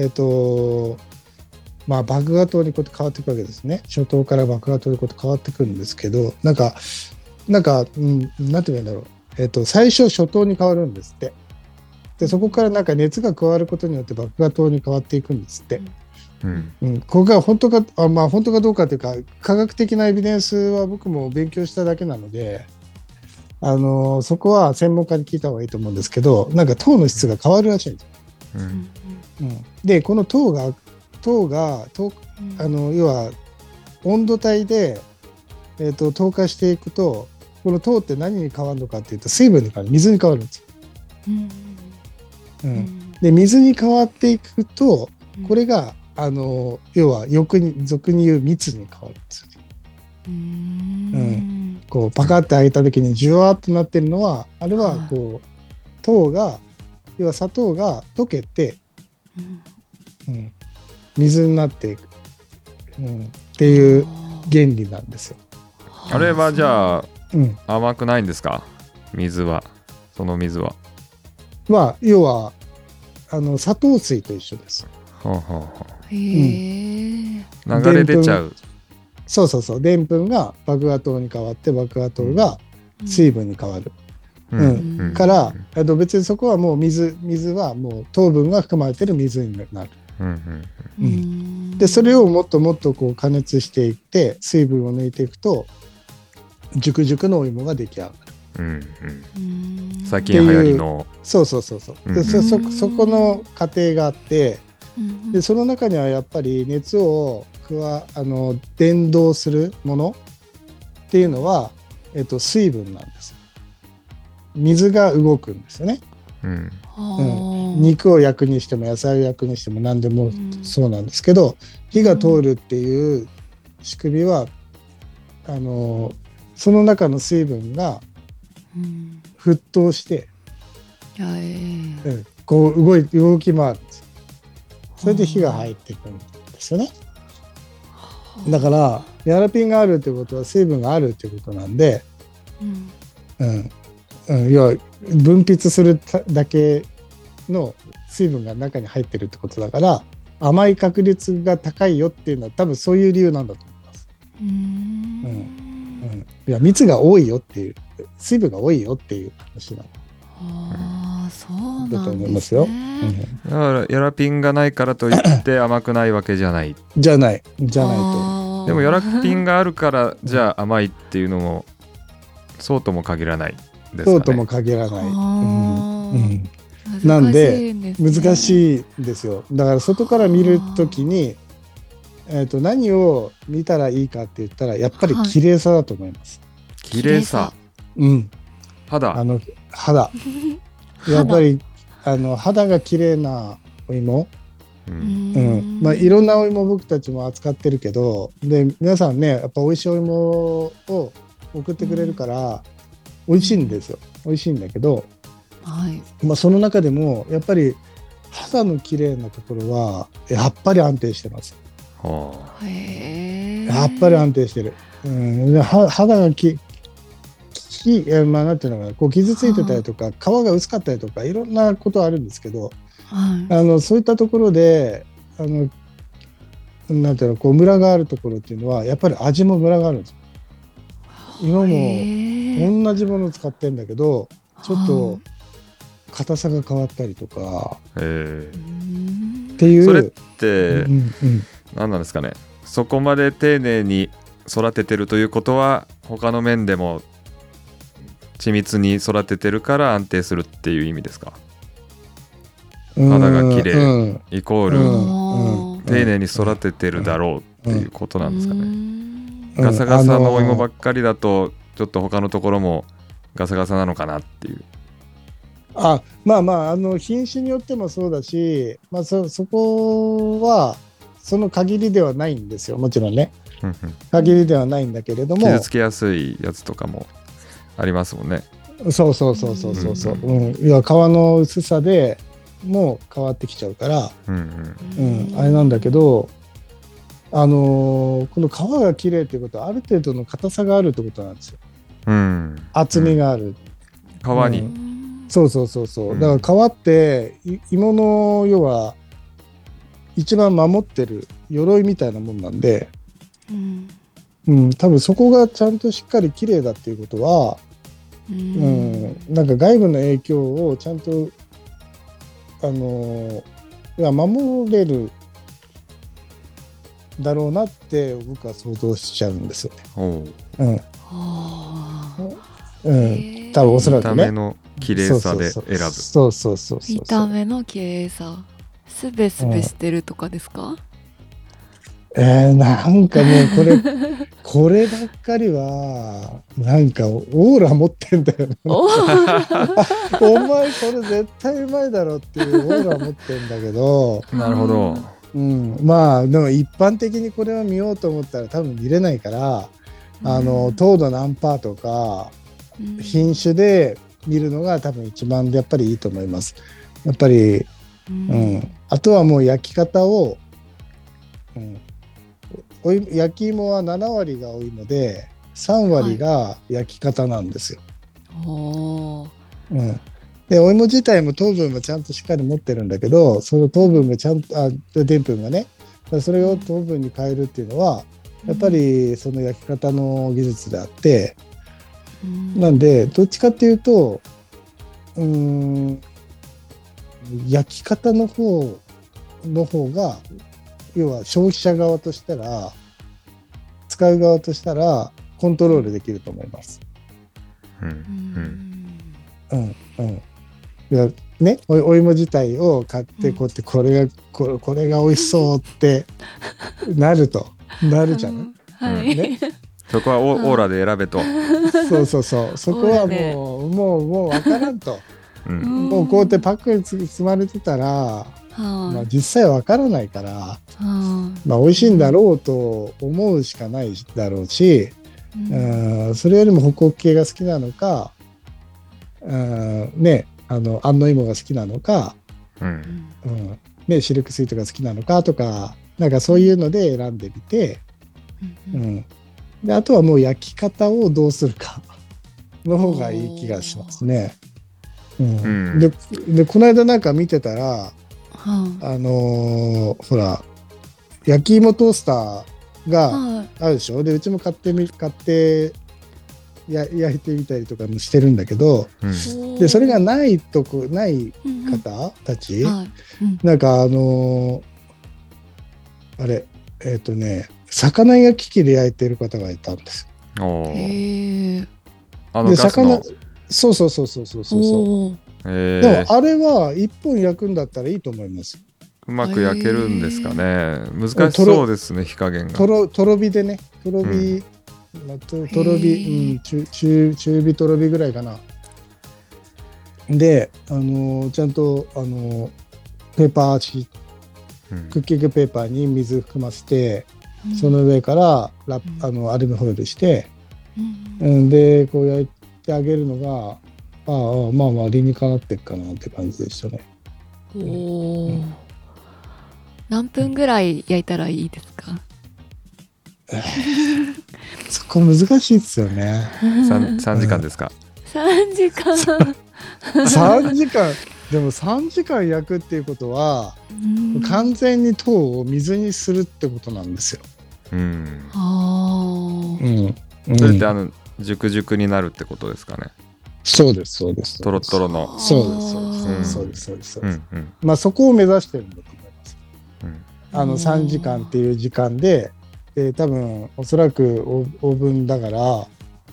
麦芽糖にこうやって変わっていくわけですね。初糖から麦芽糖にこうやって変わってくるんですけど、なんか、なんて言うんだろう。最初初糖に変わるんですって。でそこからなんか熱が加わることによって麦芽糖に変わっていくんですって。ここが本当か、本当かどうかというか、科学的なエビデンスは僕も勉強しただけなので、そこは専門家に聞いた方がいいと思うんですけど、なんか糖の質が変わるらしいんです。でこの糖が要は温度帯で、糖化していくと、この糖って何に変わるのかっていうと水分に変わる、水に変わるんですよ。で水に変わっていくと、これが要は俗に言う蜜に変わるんですよ。こうパカッて開いた時にジュワーっとなってるのは、あれはこう糖が、要は砂糖が溶けて、水になっていく、っていう原理なんですよ。 あれはじゃあ、甘くないんですか？水は、その水は。 要は砂糖水と一緒です。 流れ出ちゃう。 そうそうそう、でんぷんが麦芽糖に変わって、麦芽糖が水分に変わる。から別にそこはもう水はもう糖分が含まれてる水になる。でそれをもっともっとこう加熱していって水分を抜いていくと熟々のお芋が出来上がる。 最近流行りの。 そうでそこの過程があって、でその中にはやっぱり熱を伝導するものっていうのは、水分なんです。水が動くんですよね。肉を焼くにしても野菜を焼くにしても何でもそうなんですけど、火が通るっていう仕組みはその中の水分が沸騰して、こう動き回るんですよ。それで火が入ってくるんですよね。だからヤラピンがあるってことは水分があるってことなんで、要は分泌するだけの水分が中に入ってるってことだから、甘い確率が高いよっていうのは多分そういう理由なんだと思います。いや蜜が多いよっていう、水分が多いよっていう話なの。 そうだとなんで思いますよ。 すね。 だからヤラピンがないからといって甘くないわけじゃない。 じゃないと。 でもヤラピンがあるからじゃあ甘いっていうのもそうとも限らないですかね。 そうとも限らない。なんで難しいんですよ。だから外から見るときに、何を見たらいいかって言ったらやっぱり綺麗さだと思います。 綺麗さ。肌。 やっぱり肌が綺麗なお芋。いろんなお芋僕たちも扱ってるけど、で皆さんねやっぱ美味しいお芋を送ってくれるから美味しいんですよ。美味しいんだけど、その中でもやっぱり肌の綺麗なところはやっぱり安定してます。やっぱり安定してる。肌がなんていうのかな、こう傷ついてたりとか皮が薄かったりとかいろんなことあるんですけど、そういったところでなんていうの、こうムラがあるところっていうのはやっぱり味もムラがあるんですよ。今も同じものを使ってるんだけどちょっと硬さが変わったりとかっていう。 それって何なんですかね。そこまで丁寧に育ててるということは他の面でも緻密に育ててるから安定するっていう意味ですか。肌が綺麗イコール丁寧に育ててるだろうっていうことなんですかね。ガサガサのお芋ばっかりだとちょっと他のところもガサガサなのかなっていう。 まあ品種によってもそうだし、そこはその限りではないんですよ。もちろんね限りではないんだけれども、 傷つきやすいやつとかもありますもんね。 そう、いや皮の薄さでもう変わってきちゃうから、あれなんだけど、この皮が綺麗っていうことはある程度の硬さがあるってことなんですよ。厚みがある、 皮に、 そうだから皮って芋の要は一番守ってる鎧みたいなもんなんで、多分そこがちゃんとしっかり綺麗だっていうことは、なんか外部の影響をちゃんと守れるだろうなって僕は想像しちゃうんですよね。多分おそらくね。 見た目の綺麗さで選ぶ。 見た目の綺麗さ。スベスベしてるとかですか？ なんかもうこればっかりはなんかオーラ持ってんだよね。お前これ絶対うまいだろっていうオーラ持ってんだけど。 なるほど。 まあでも一般的にこれを見ようと思ったら多分見れないから、糖度何パーとか品種で見るのが多分一番やっぱりいいと思います。やっぱり、あとはもう焼き方を、焼き芋は7割がお芋で3割が焼き方なんですよ。でお芋自体も糖分もちゃんとしっかり持ってるんだけど、その糖分がちゃんとでんぷんがね、それを糖分に変えるっていうのはやっぱりその焼き方の技術であって、なんでどっちかっていうと焼き方の方が要は消費者側としたら使う側としたらコントロールできると思います。いやね、お芋自体を買ってこうやってこれが美味しそうってなるじゃん。 そこはオーラで選べと。 そこはもう分からんと。もうこうやってパックに積まれてたら、実際分からないから、美味しいんだろうと思うしかないだろうし、それよりもホクホク系が好きなのか、安納芋が好きなのか、シルクスイートが好きなのかとか、なんかそういうので選んでみて、であとはもう焼き方をどうするかの方がいい気がしますね。でこの間なんか見てたら、ほら焼き芋トースターがあるでしょ。でうちも買って焼いてみたりとかもしてるんだけど、でそれがない方たち、なんかあれ魚焼き器で焼いてる方がいたんですよ。 で魚そうでもあれは1本焼くんだったらいいと思います。 うまく焼けるんですかね。難しそうですね、火加減が。とろ火でね、とろ火、中火とろ火ぐらいかな。でちゃんとペーパークッキングペーパーに水含ませて、その上からアルミホイルして、でこう焼いてあげるのがまあ理にかなってっかなって感じでしたね。 何分ぐらい焼いたらいいですか？ そこ難しいですよね。 3時間ですか ？3時間 3時間でも3時間焼くっていうことは、完全に糖を水にするってことなんですよ。それって熟々になるってことですかね。 そうですそうです。 トロトロの。 そうですそうですそうですそうです。まあそこを目指してるんだと思います。3時間っていう時間で、多分おそらくオーブンだから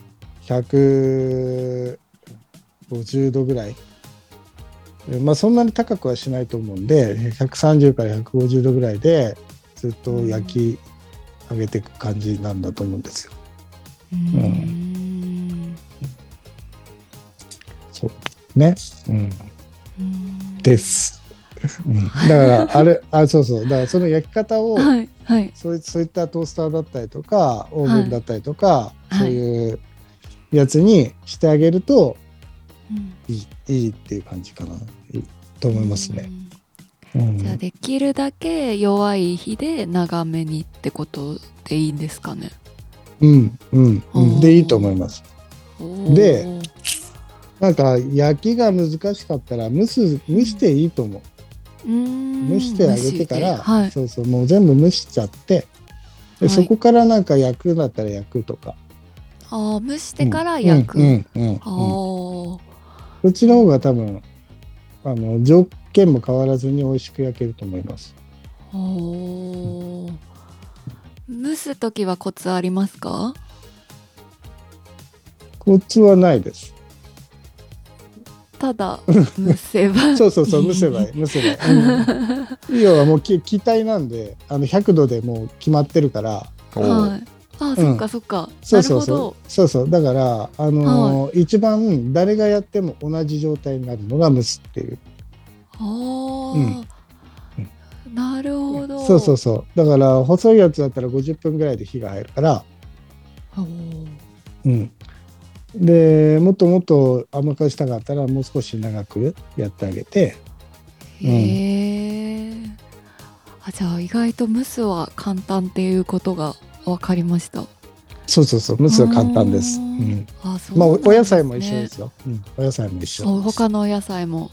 150度ぐらい、まあそんなに高くはしないと思うんで130から150度ぐらいでずっと焼き上げていく感じなんだと思うんですよ。そうね、です。だからそうそう、だからその焼き方を、そういったトースターだったりとかオーブンだったりとか、そういうやつにしてあげるといいっていう感じかなと思いますね。 じゃあできるだけ弱い火で長めにってことでいいんですかね。 でいいと思います。でなんか焼きが難しかったら蒸していいと思う。蒸してあげてから、そうそう、もう全部蒸しちゃって、でそこからなんか焼くんだったら焼くとか。 蒸してから焼く。 こっちの方が多分条件も変わらずに美味しく焼けると思います。 蒸すときはコツありますか？ コツはないです。 ただ蒸せばいい。 そう蒸せばいい。要はもう気体なんで100度でもう決まってるから。 そっかそっか。なるほど。 そうだから一番誰がやっても同じ状態になるのが蒸すっていう。 なるほど。 そうだから細いやつだったら50分ぐらいで火が入るから。でもっともっと甘くしたかったらもう少し長くやってあげて。 じゃあ意外と蒸すは簡単っていうことが分かりました。 そう蒸すは簡単です。まあお野菜も一緒ですよ。お野菜も一緒。 他のお野菜も。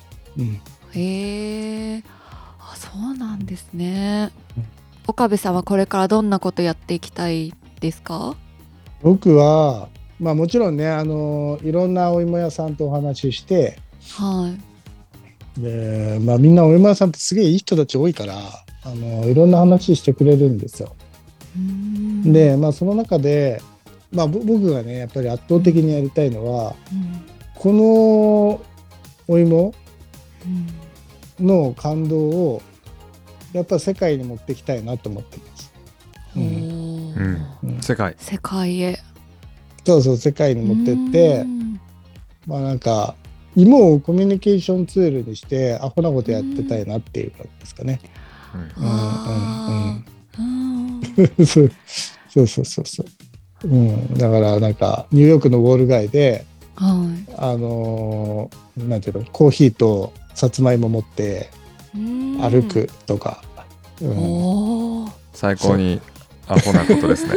そうなんですね。岡部さんはこれからどんなことやっていきたいですか？ 僕はまあもちろんねいろんなお芋屋さんとお話しして、でまあみんなお芋屋さんってすげえいい人たち多いからいろんな話してくれるんですよ。でまあその中でまあ僕がねやっぱり圧倒的にやりたいのは、このお芋の感動をやっぱ世界に持っていきたいなと思ってます。 世界へ。 そう世界に持ってってまあなんか芋をコミュニケーションツールにしてアホなことやってたいなっていう感じですかね。そうだからなんかニューヨークのウォール街でなんていうのコーヒーとさつまいも持って歩くとか、 最高にアホなことですね。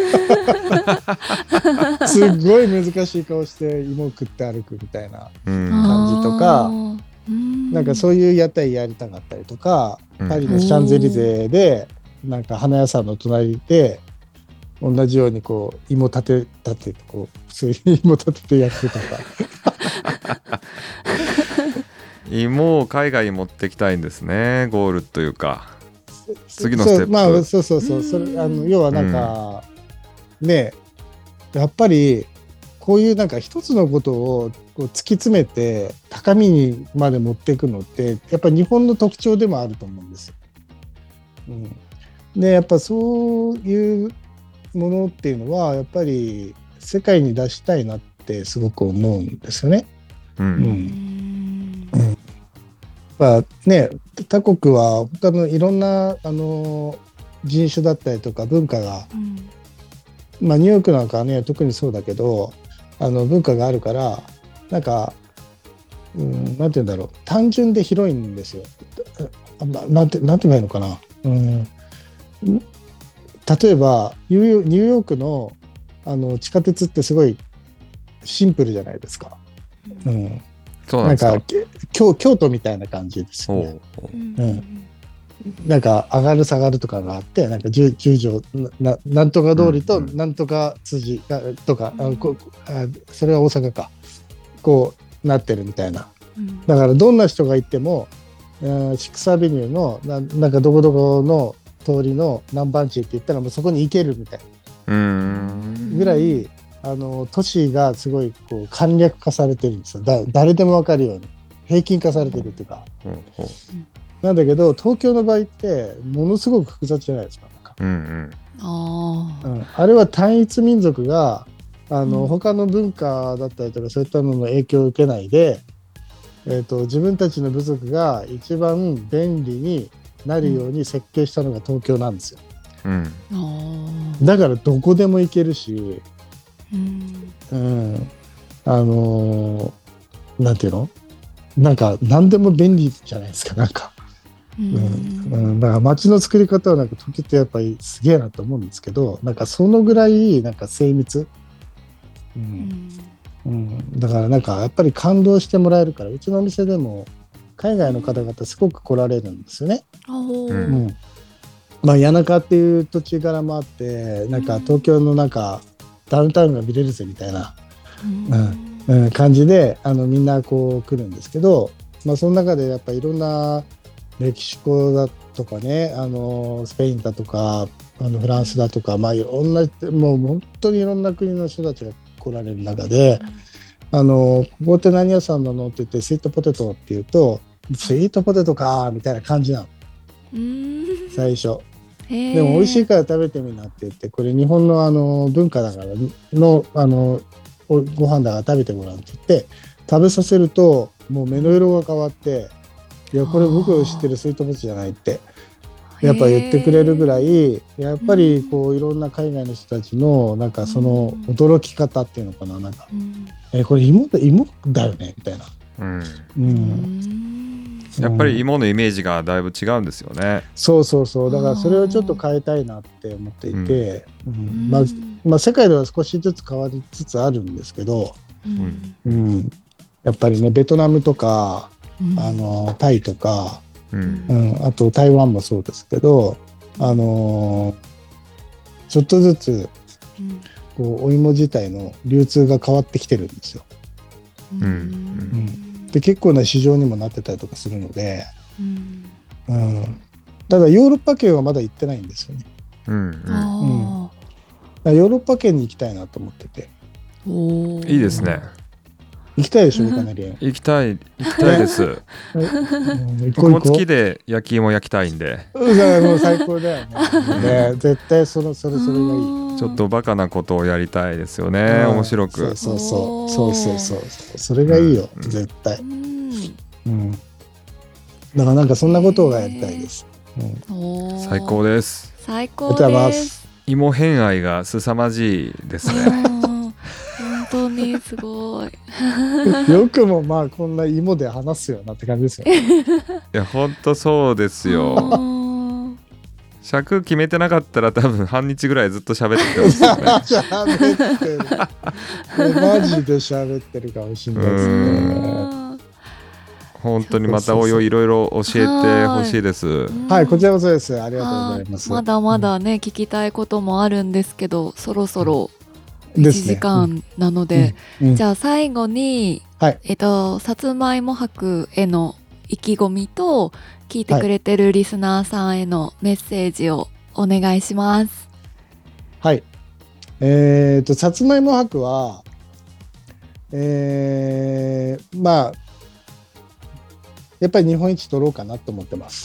すっごい難しい顔して芋を食って歩くみたいな感じとか、なんかそういう屋台やりたかったりとか、パリのシャンゼリゼでなんか花屋さんの隣で同じようにこう芋立てこう普通に芋立てて焼くとか。 芋を海外に持ってきたいんですね。ゴールというか次のステップ。 まあそうそれ要はなんか、ねやっぱりこういうなんか一つのことをこう突き詰めて高みにまで持っていくのってやっぱり日本の特徴でもあると思うんですよ。でやっぱそういうものっていうのはやっぱり世界に出したいなってすごく思うんですよね。他国は他のいろんな人種だったりとか文化が、まあニューヨークなんかはね特にそうだけど文化があるからなんか、なんて言うんだろう単純で広いんですよ。なんて言えばいいのかな。例えばニューヨークの地下鉄ってすごいシンプルじゃないですか。なんか京都みたいな感じですよね。なんか上がる下がるとかがあってなんか十条なんとか通りとなんとか筋とかそれは大阪かこなってるみたいな。だからどんな人が行っても、シックスアベニューのなんかどこどこの通りの何番地って言ったらもうそこに行けるみたいなぐらい都市がすごいこう簡略化されてるんですよ。誰でも分かるように平均化されてるっていうか、なんだけど東京の場合ってものすごく複雑じゃないですか。あれは単一民族が他の文化だったりとかそういったのの影響を受けないで、自分たちの部族が一番便利になるように設計したのが東京なんですよ。だからどこでも行けるし、なんていうの、なんか何でも便利じゃないですか。なんか、だから街の作り方はなんか時ってやっぱりすげえなと思うんですけど、なんかそのぐらいなんか精密、だからなんかやっぱり感動してもらえるから、うちのお店でも海外の方々すごく来られるんですよね。まあ谷中っていう土地柄もあって、なんか東京のなんかダウンタウンが見れるぜみたいな、感じでみんなこう来るんですけど、まあその中でやっぱいろんなメキシコだとかね、スペインだとかフランスだとか、まあいろんなもう本当にいろんな国の人たちが来られる中で、ここって何屋さんなのって言ってスイートポテトって言うと、スイートポテトかみたいな感じなの最初。でも美味しいから食べてみなって言って、これ日本の文化だからのご飯だから食べてごらんって言って食べさせると、もう目の色が変わって、いやこれ僕の知ってるスイートポテトじゃないってやっぱ言ってくれるぐらい、やっぱりこういろんな海外の人たちのなんかその驚き方っていうのかな、なんか、これ芋だよねみたいな、 やっぱり芋のイメージがだいぶ違うんですよね。 そうだからそれをちょっと変えたいなって思っていて、まあ世界では少しずつ変わりつつあるんですけど、やっぱりねベトナムとかタイとか、あと台湾もそうですけど、ちょっとずつこうお芋自体の流通が変わってきてるんですよ。で結構な市場にもなってたりとかするので、ただヨーロッパ圏はまだ行ってないんですよね。ヨーロッパ圏に行きたいなと思ってて。 いいですね。 行きたいでしょ、かなり。 行きたいです。僕も月で焼き芋焼きたいんで。 もう最高だよね。絶対それがいい。 ちょっとバカなことをやりたいですよね。面白く。 そうそれがいいよ、絶対。だからなんかそんなことがやりたいです。 最高です。 最高です。 芋偏愛が凄まじいですね。 本当にすごい。 よくもまあこんな芋で話すよなって感じですよね。 いや本当そうですよ。尺決めてなかったら多分半日ぐらいずっと喋ってますよね。 喋ってる。マジで喋ってるかもしれないですね。 本当にまたおいろいろ教えてほしいです。 はい、こちらこそです。ありがとうございます。 まだまだね、聞きたいこともあるんですけど、そろそろ1時間なので、じゃあ最後に、さつまいも博への意気込みと聞いてくれてるリスナーさんへのメッセージをお願いします。 はい。さつまいも博は、まあやっぱり日本一取ろうかなと思ってます。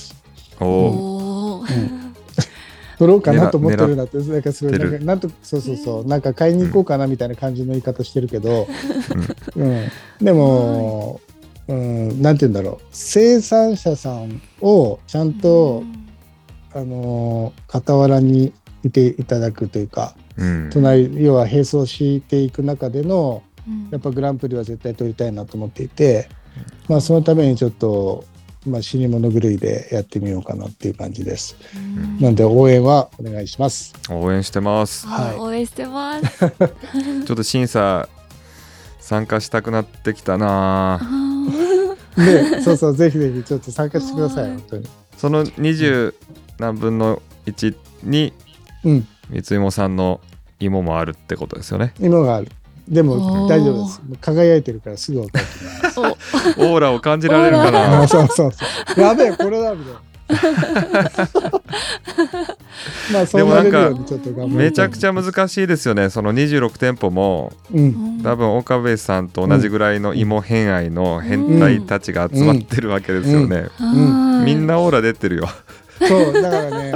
取ろうかなと思ってるなって、なんかすごいなんとそうなんか買いに行こうかなみたいな感じの言い方してるけど、でも、なんて言うんだろう、生産者さんをちゃんと傍らにいていただくというか、要は並走していく中でのやっぱグランプリは絶対取りたいなと思っていて、まあそのためにちょっと死に物狂いでやってみようかなっていう感じです。なので応援はお願いします。 応援してます。 応援してます。ちょっと審査参加したくなってきたな。 で、そうぜひぜひちょっと参加してください。本当に。 その20何分の1に三つ芋さんの芋もあるってことですよね。 芋がある。 でも大丈夫です。輝いてるからすぐ分かると思います。 オーラを感じられるかな。 そうそうそう。やべえ、これだみたいな。まあそうなれるようにちょっと頑張って。 めちゃくちゃ難しいですよね。その26店舗も、多分岡部さんと同じぐらいの芋偏愛の変態たちが集まってるわけですよね。みんなオーラ出てるよ。 そうだからね、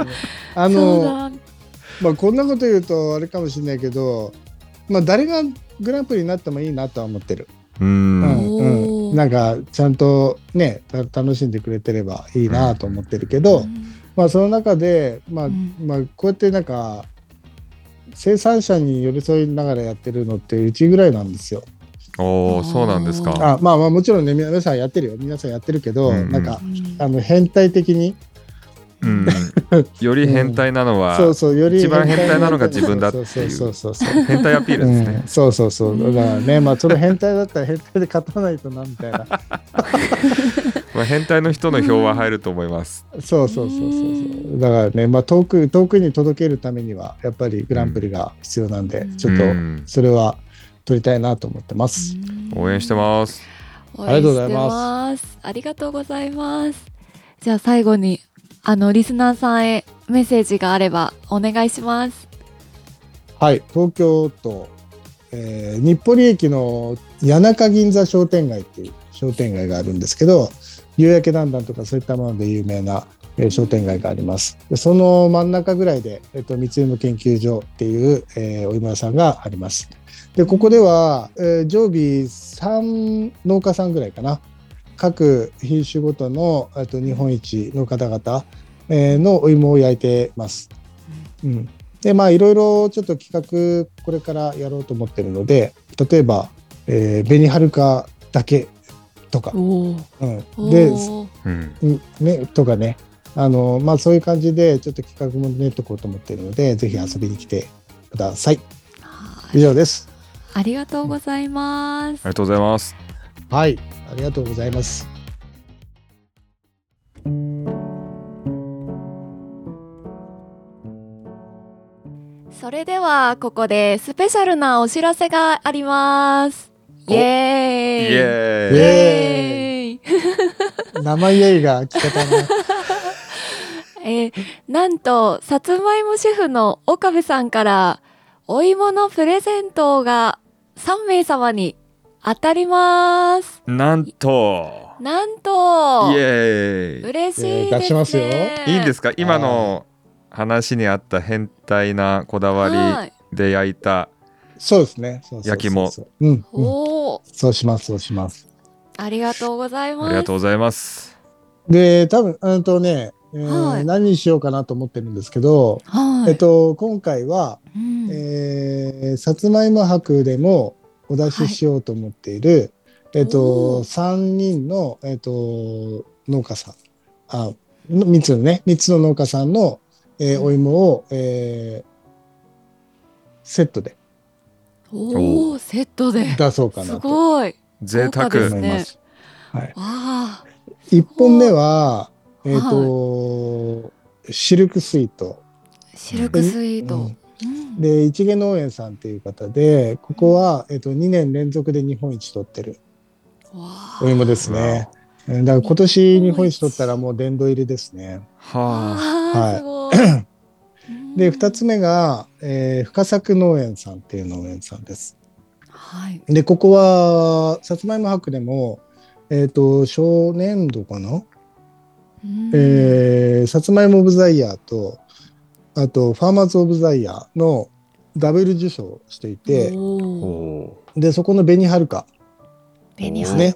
まあこんなこと言うとあれかもしれないけど、まあ誰がグランプリになってもいいなとは思ってる。なんかちゃんとね楽しんでくれてればいいなと思ってるけど、まあその中でまあこうやってなんか生産者に寄り添いながらやってるのってうちぐらいなんですよ。 そうなんですか。 まあもちろんね皆さんやってるよ、皆さんやってるけど、なんか変態的に。 より変態なのは、一番変態なのが自分だっていう変態アピールですね。 そうだからね、まあその変態だったら変態で勝たないとなみたいな。 まあ変態の人の票は入ると思います。 そうだからね、まあ遠くに届けるためにはやっぱりグランプリが必要なんで、ちょっとそれは取りたいなと思ってます。 応援してます。 ありがとうございます。 ありがとうございます。じゃあ最後にリスナーさんへメッセージがあればお願いします。 はい、東京都、日暮里駅の谷中銀座商店街っていう商店街があるんですけど、夕焼けだんだんとかそういったもので有名な、商店街があります。でその真ん中ぐらいで、三つ芋研究所っていう、お芋屋さんがあります。でここでは、常備3農家さんぐらいかな、各品種ごとの日本一の方々のお芋を焼いてます。でまあいろいろちょっと企画これからやろうと思ってるので、例えば紅はるかだけとか、で、とかね、まあそういう感じでちょっと企画も練っとこうと思ってるので、ぜひ遊びに来てください。以上です。 ありがとうございます。 ありがとうございます。 はい、ありがとうございます。 それではここでスペシャルなお知らせがあります。イエーイイエーイ生イエイが聞けたな。 なんとさつまいもシェフの岡部さんからお芋のプレゼントが3名様に当たります。 なんとイエーイ嬉しいですね。 出しますよ。 いいんですか？今の話にあった変態なこだわりで焼いたそうですね。 焼き芋。そうします。 ありがとうございます。 ありがとうございます。 で、多分何にしようかなと思ってるんですけど、今回は、さつまいも博でもお出ししようと思っている、3人の、農家さん、3つの農家さんの、お芋を、セットでセットで出そうかなと。 すごい贅沢ですね。 1本目は、シルクスイート。で、一毛農園さんっていう方で、ここは、2年連続で日本一取ってるお芋ですね。だから今年日本一取ったらもう殿堂入りですね。で、2つ目が、深作農園さんっていう農園さんです。で、ここはさつまいも博でも、初年度かな、さつまいもオブザイヤーと、あとファーマーズオブザイヤーのダブル受賞していて、でそこの紅はるかですね。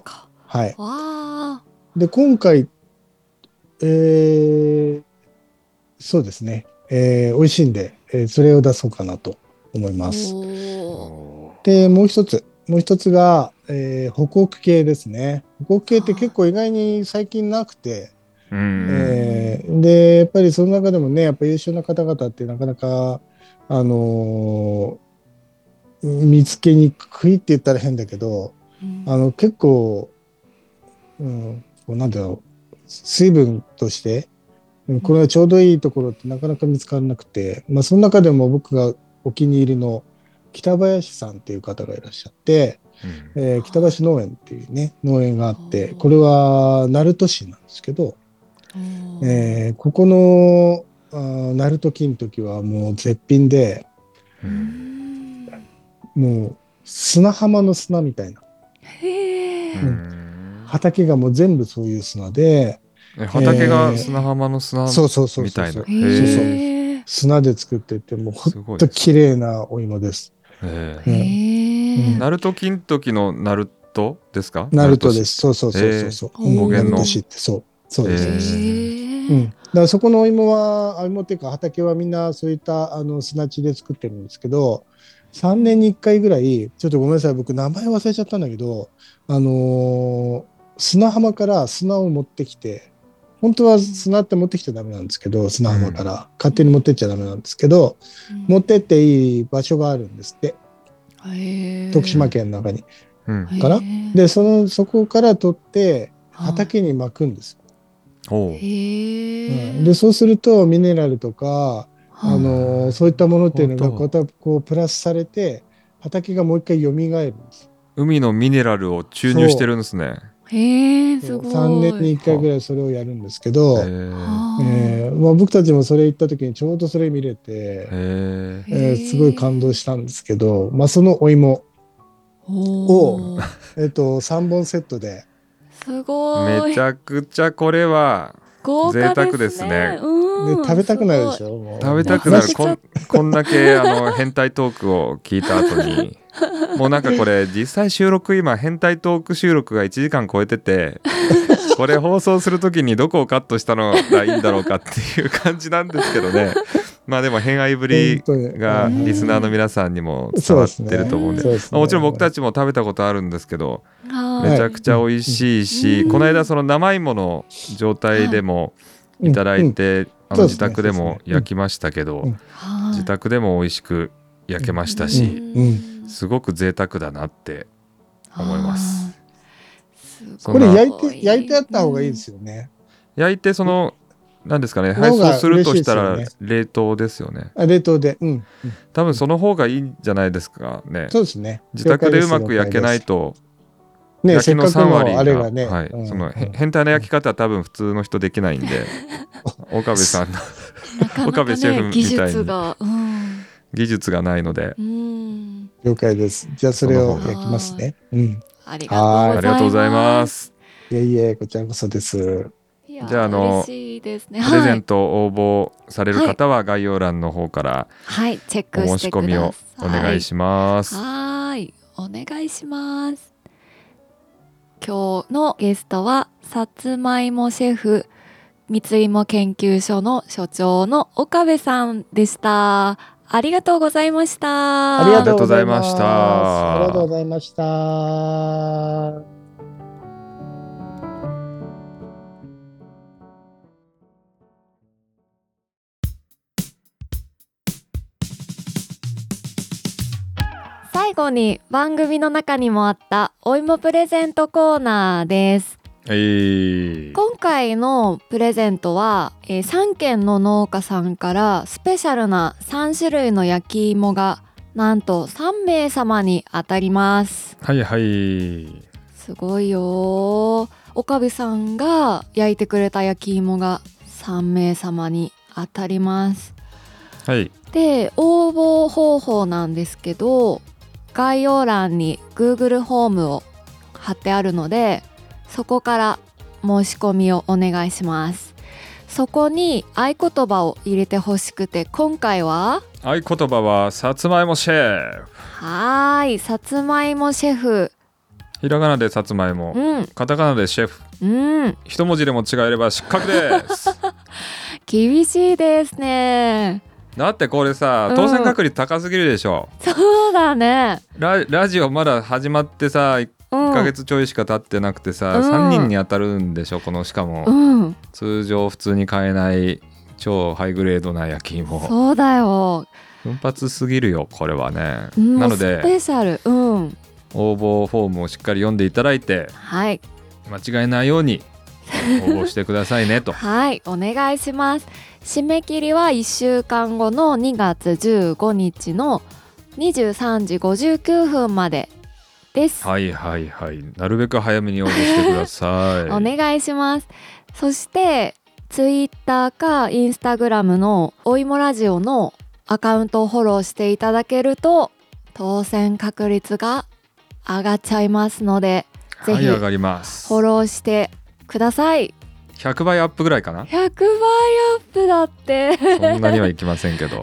で今回、そうですね、美味しいんで、それを出そうかなと思います。でもう一つが、ホクホク系ですね。ホクホク系って結構意外に最近なくて、でやっぱりその中でもね、やっぱ優秀な方々ってなかなか見つけにくいって言ったら変だけど、結構、なんだろう、水分としてこれはちょうどいいところってなかなか見つからなくて、その中でも僕がお気に入りの北林さんっていう方がいらっしゃって、北林農園っていうね農園があって、これは鳴門市なんですけど、ここの鳴門金時はもう絶品で、もう砂浜の砂みたいな、畑がもう全部そういう砂で、 畑が砂浜の砂みたいな、 砂で作ってて、もうほんと綺麗なお芋です。 鳴門金時の鳴門ですか？ 鳴門です。そうそうそうそう。鳴門市ってそうです。だからそこのお芋っていうか畑はみんなそういった砂地で作ってるんですけど、3年に1回ぐらい、ちょっとごめんなさい、僕名前忘れちゃったんだけど、砂浜から砂を持ってきて、本当は砂って持ってきちゃダメなんですけど、砂浜から勝手に持ってっちゃダメなんですけど、持ってっていい場所があるんですって、徳島県の中に、かな。でそこから取って畑に巻くんですよ。でそうするとミネラルとかそういったものっていうのがこうプラスされて、畑がもう一回蘇るんです。 海のミネラルを注入してるんですね。 すごい。 3年に1回ぐらいそれをやるんですけど、僕たちもそれ行った時にちょうどそれ見れて、すごい感動したんですけど、そのお芋を3本セットで、 すごい、 めちゃくちゃこれは贅沢ですね。 で食べたくなるでしょ。もう食べたくなる。こんだけ変態トークを聞いた後にもうなんかこれ実際収録、今変態トーク収録が1時間超えてて、これ放送する時にどこをカットしたのがいいんだろうかっていう感じなんですけどね。でも偏愛ぶりがリスナーの皆さんにも伝わってると思うんで、もちろん僕たちも食べたことあるんですけど、めちゃくちゃ美味しいし、この間その生芋の状態でもいただいて、自宅でも焼きましたけど、自宅でも美味しく焼けましたし、すごく贅沢だなって思います。 これ焼いてあった方がいいですよね。 焼いて何ですかね、配送するとしたら冷凍ですよね。 冷凍で、 多分その方がいいんじゃないですかね。 そうですね。 自宅でうまく焼けないと、焼きの3割が、その変態な焼き方は多分普通の人できないんで、岡部さんの岡部シェフみたいに技術がないので。 了解です。じゃあそれを焼きますね。 ありがとうございます。 いえ、こちらこそです。 じゃあ嬉しいですね。プレゼント応募される方は概要欄の方からチェックしてください。お申し込みをお願いします。 お願いします。今日のゲストはさつまいもシェフみついも研究所の所長の岡部さんでした。ありがとうございました。 ありがとうございました。ありがとうございました。 最後に番組の中にもあったお芋プレゼントコーナーです。今回のプレゼントは、3軒の農家さんからスペシャルな3種類の焼き芋がなんと3名様に当たります。すごいよ。岡部さんが焼いてくれた焼き芋が3名様に当たります。で、応募方法なんですけど、概要欄に Google フォームを貼ってあるので、そこから申し込みをお願いします。そこに合言葉を入れてほしくて、今回は合言葉はさつまいもシェフ。 さつまいもシェフ。 ひらがなでさつまいも、カタカナでシェフ、一文字でも違えれば失格です厳しいですね。 だってこれさ、当選確率高すぎるでしょ。 そうだね。 ラジオまだ始まってさ1ヶ月ちょいしか経ってなくてさ、3人に当たるんでしょ。このしかも、通常普通に買えない超ハイグレードな焼き芋。 そうだよ。 奮発すぎるよこれはね。 なのでスペシャル、 応募フォームをしっかり読んでいただいて、間違えないように応募してくださいねとお願いします。締め切りは1週間後の2月15日の 23時59分までです。 はいはいはい。なるべく早めに応募してください。 お願いします。そしてツイッターかインスタグラムのおいもラジオのアカウントをフォローしていただけると当選確率が上がっちゃいますので、ぜひフ上がります。 ォローしてください。 100倍アップぐらいかな。 100倍アップだってそんなにはいきませんけど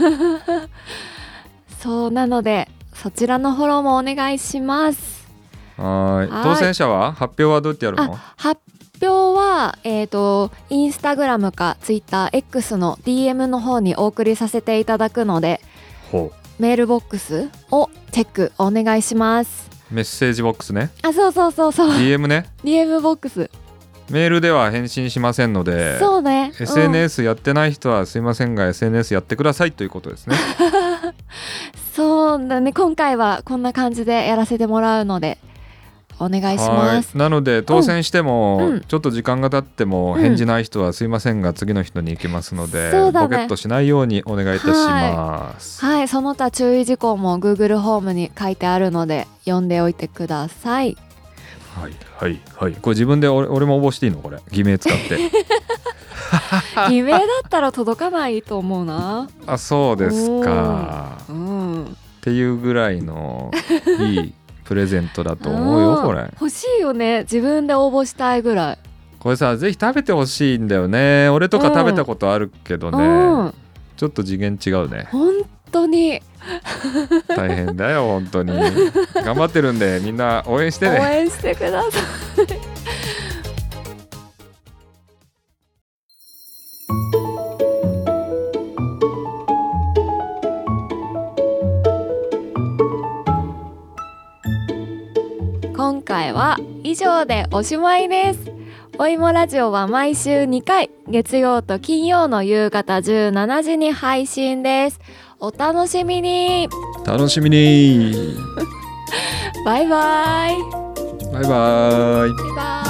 そうなのでそちらのフォローもお願いします。 はい。当選者は発表はどうやってやるの？ 発表は、インスタグラムかツイッター X の DM の方にお送りさせていただくので、メールボックスをチェックお願いします。 メッセージボックスね。 そう DM ね。 DM ボックス。 メールでは返信しませんので、 そうね、 SNS やってない人はすいませんが SNS やってくださいということですねそうだね、今回はこんな感じでやらせてもらうのでお願いします。 なので当選しても、ちょっと時間が経っても返事ない人はすいませんが次の人に行きますので、ポケットしないようにお願いいたします。 はい、その他注意事項も Google ホームに書いてあるので読んでおいてください。 はいはいはい。これ自分で俺も応募していいの？これ偽名使って偽名だったら届かないと思うな。 そうですか、っていうぐらいのいいプレゼントだと思うよこれ。 欲しいよね、自分で応募したいぐらい。これさ、ぜひ食べてほしいんだよね。俺とか食べたことあるけどね、ちょっと次元違うね。 本当に大変だよ本当に頑張ってるんでみんな応援してね。 応援してください今回は以上でおしまいです。おいもラジオは毎週2回、月曜と金曜の夕方17時に配信です。お楽しみに。 楽しみにバイバイ。 バイバイ。 バイバイ。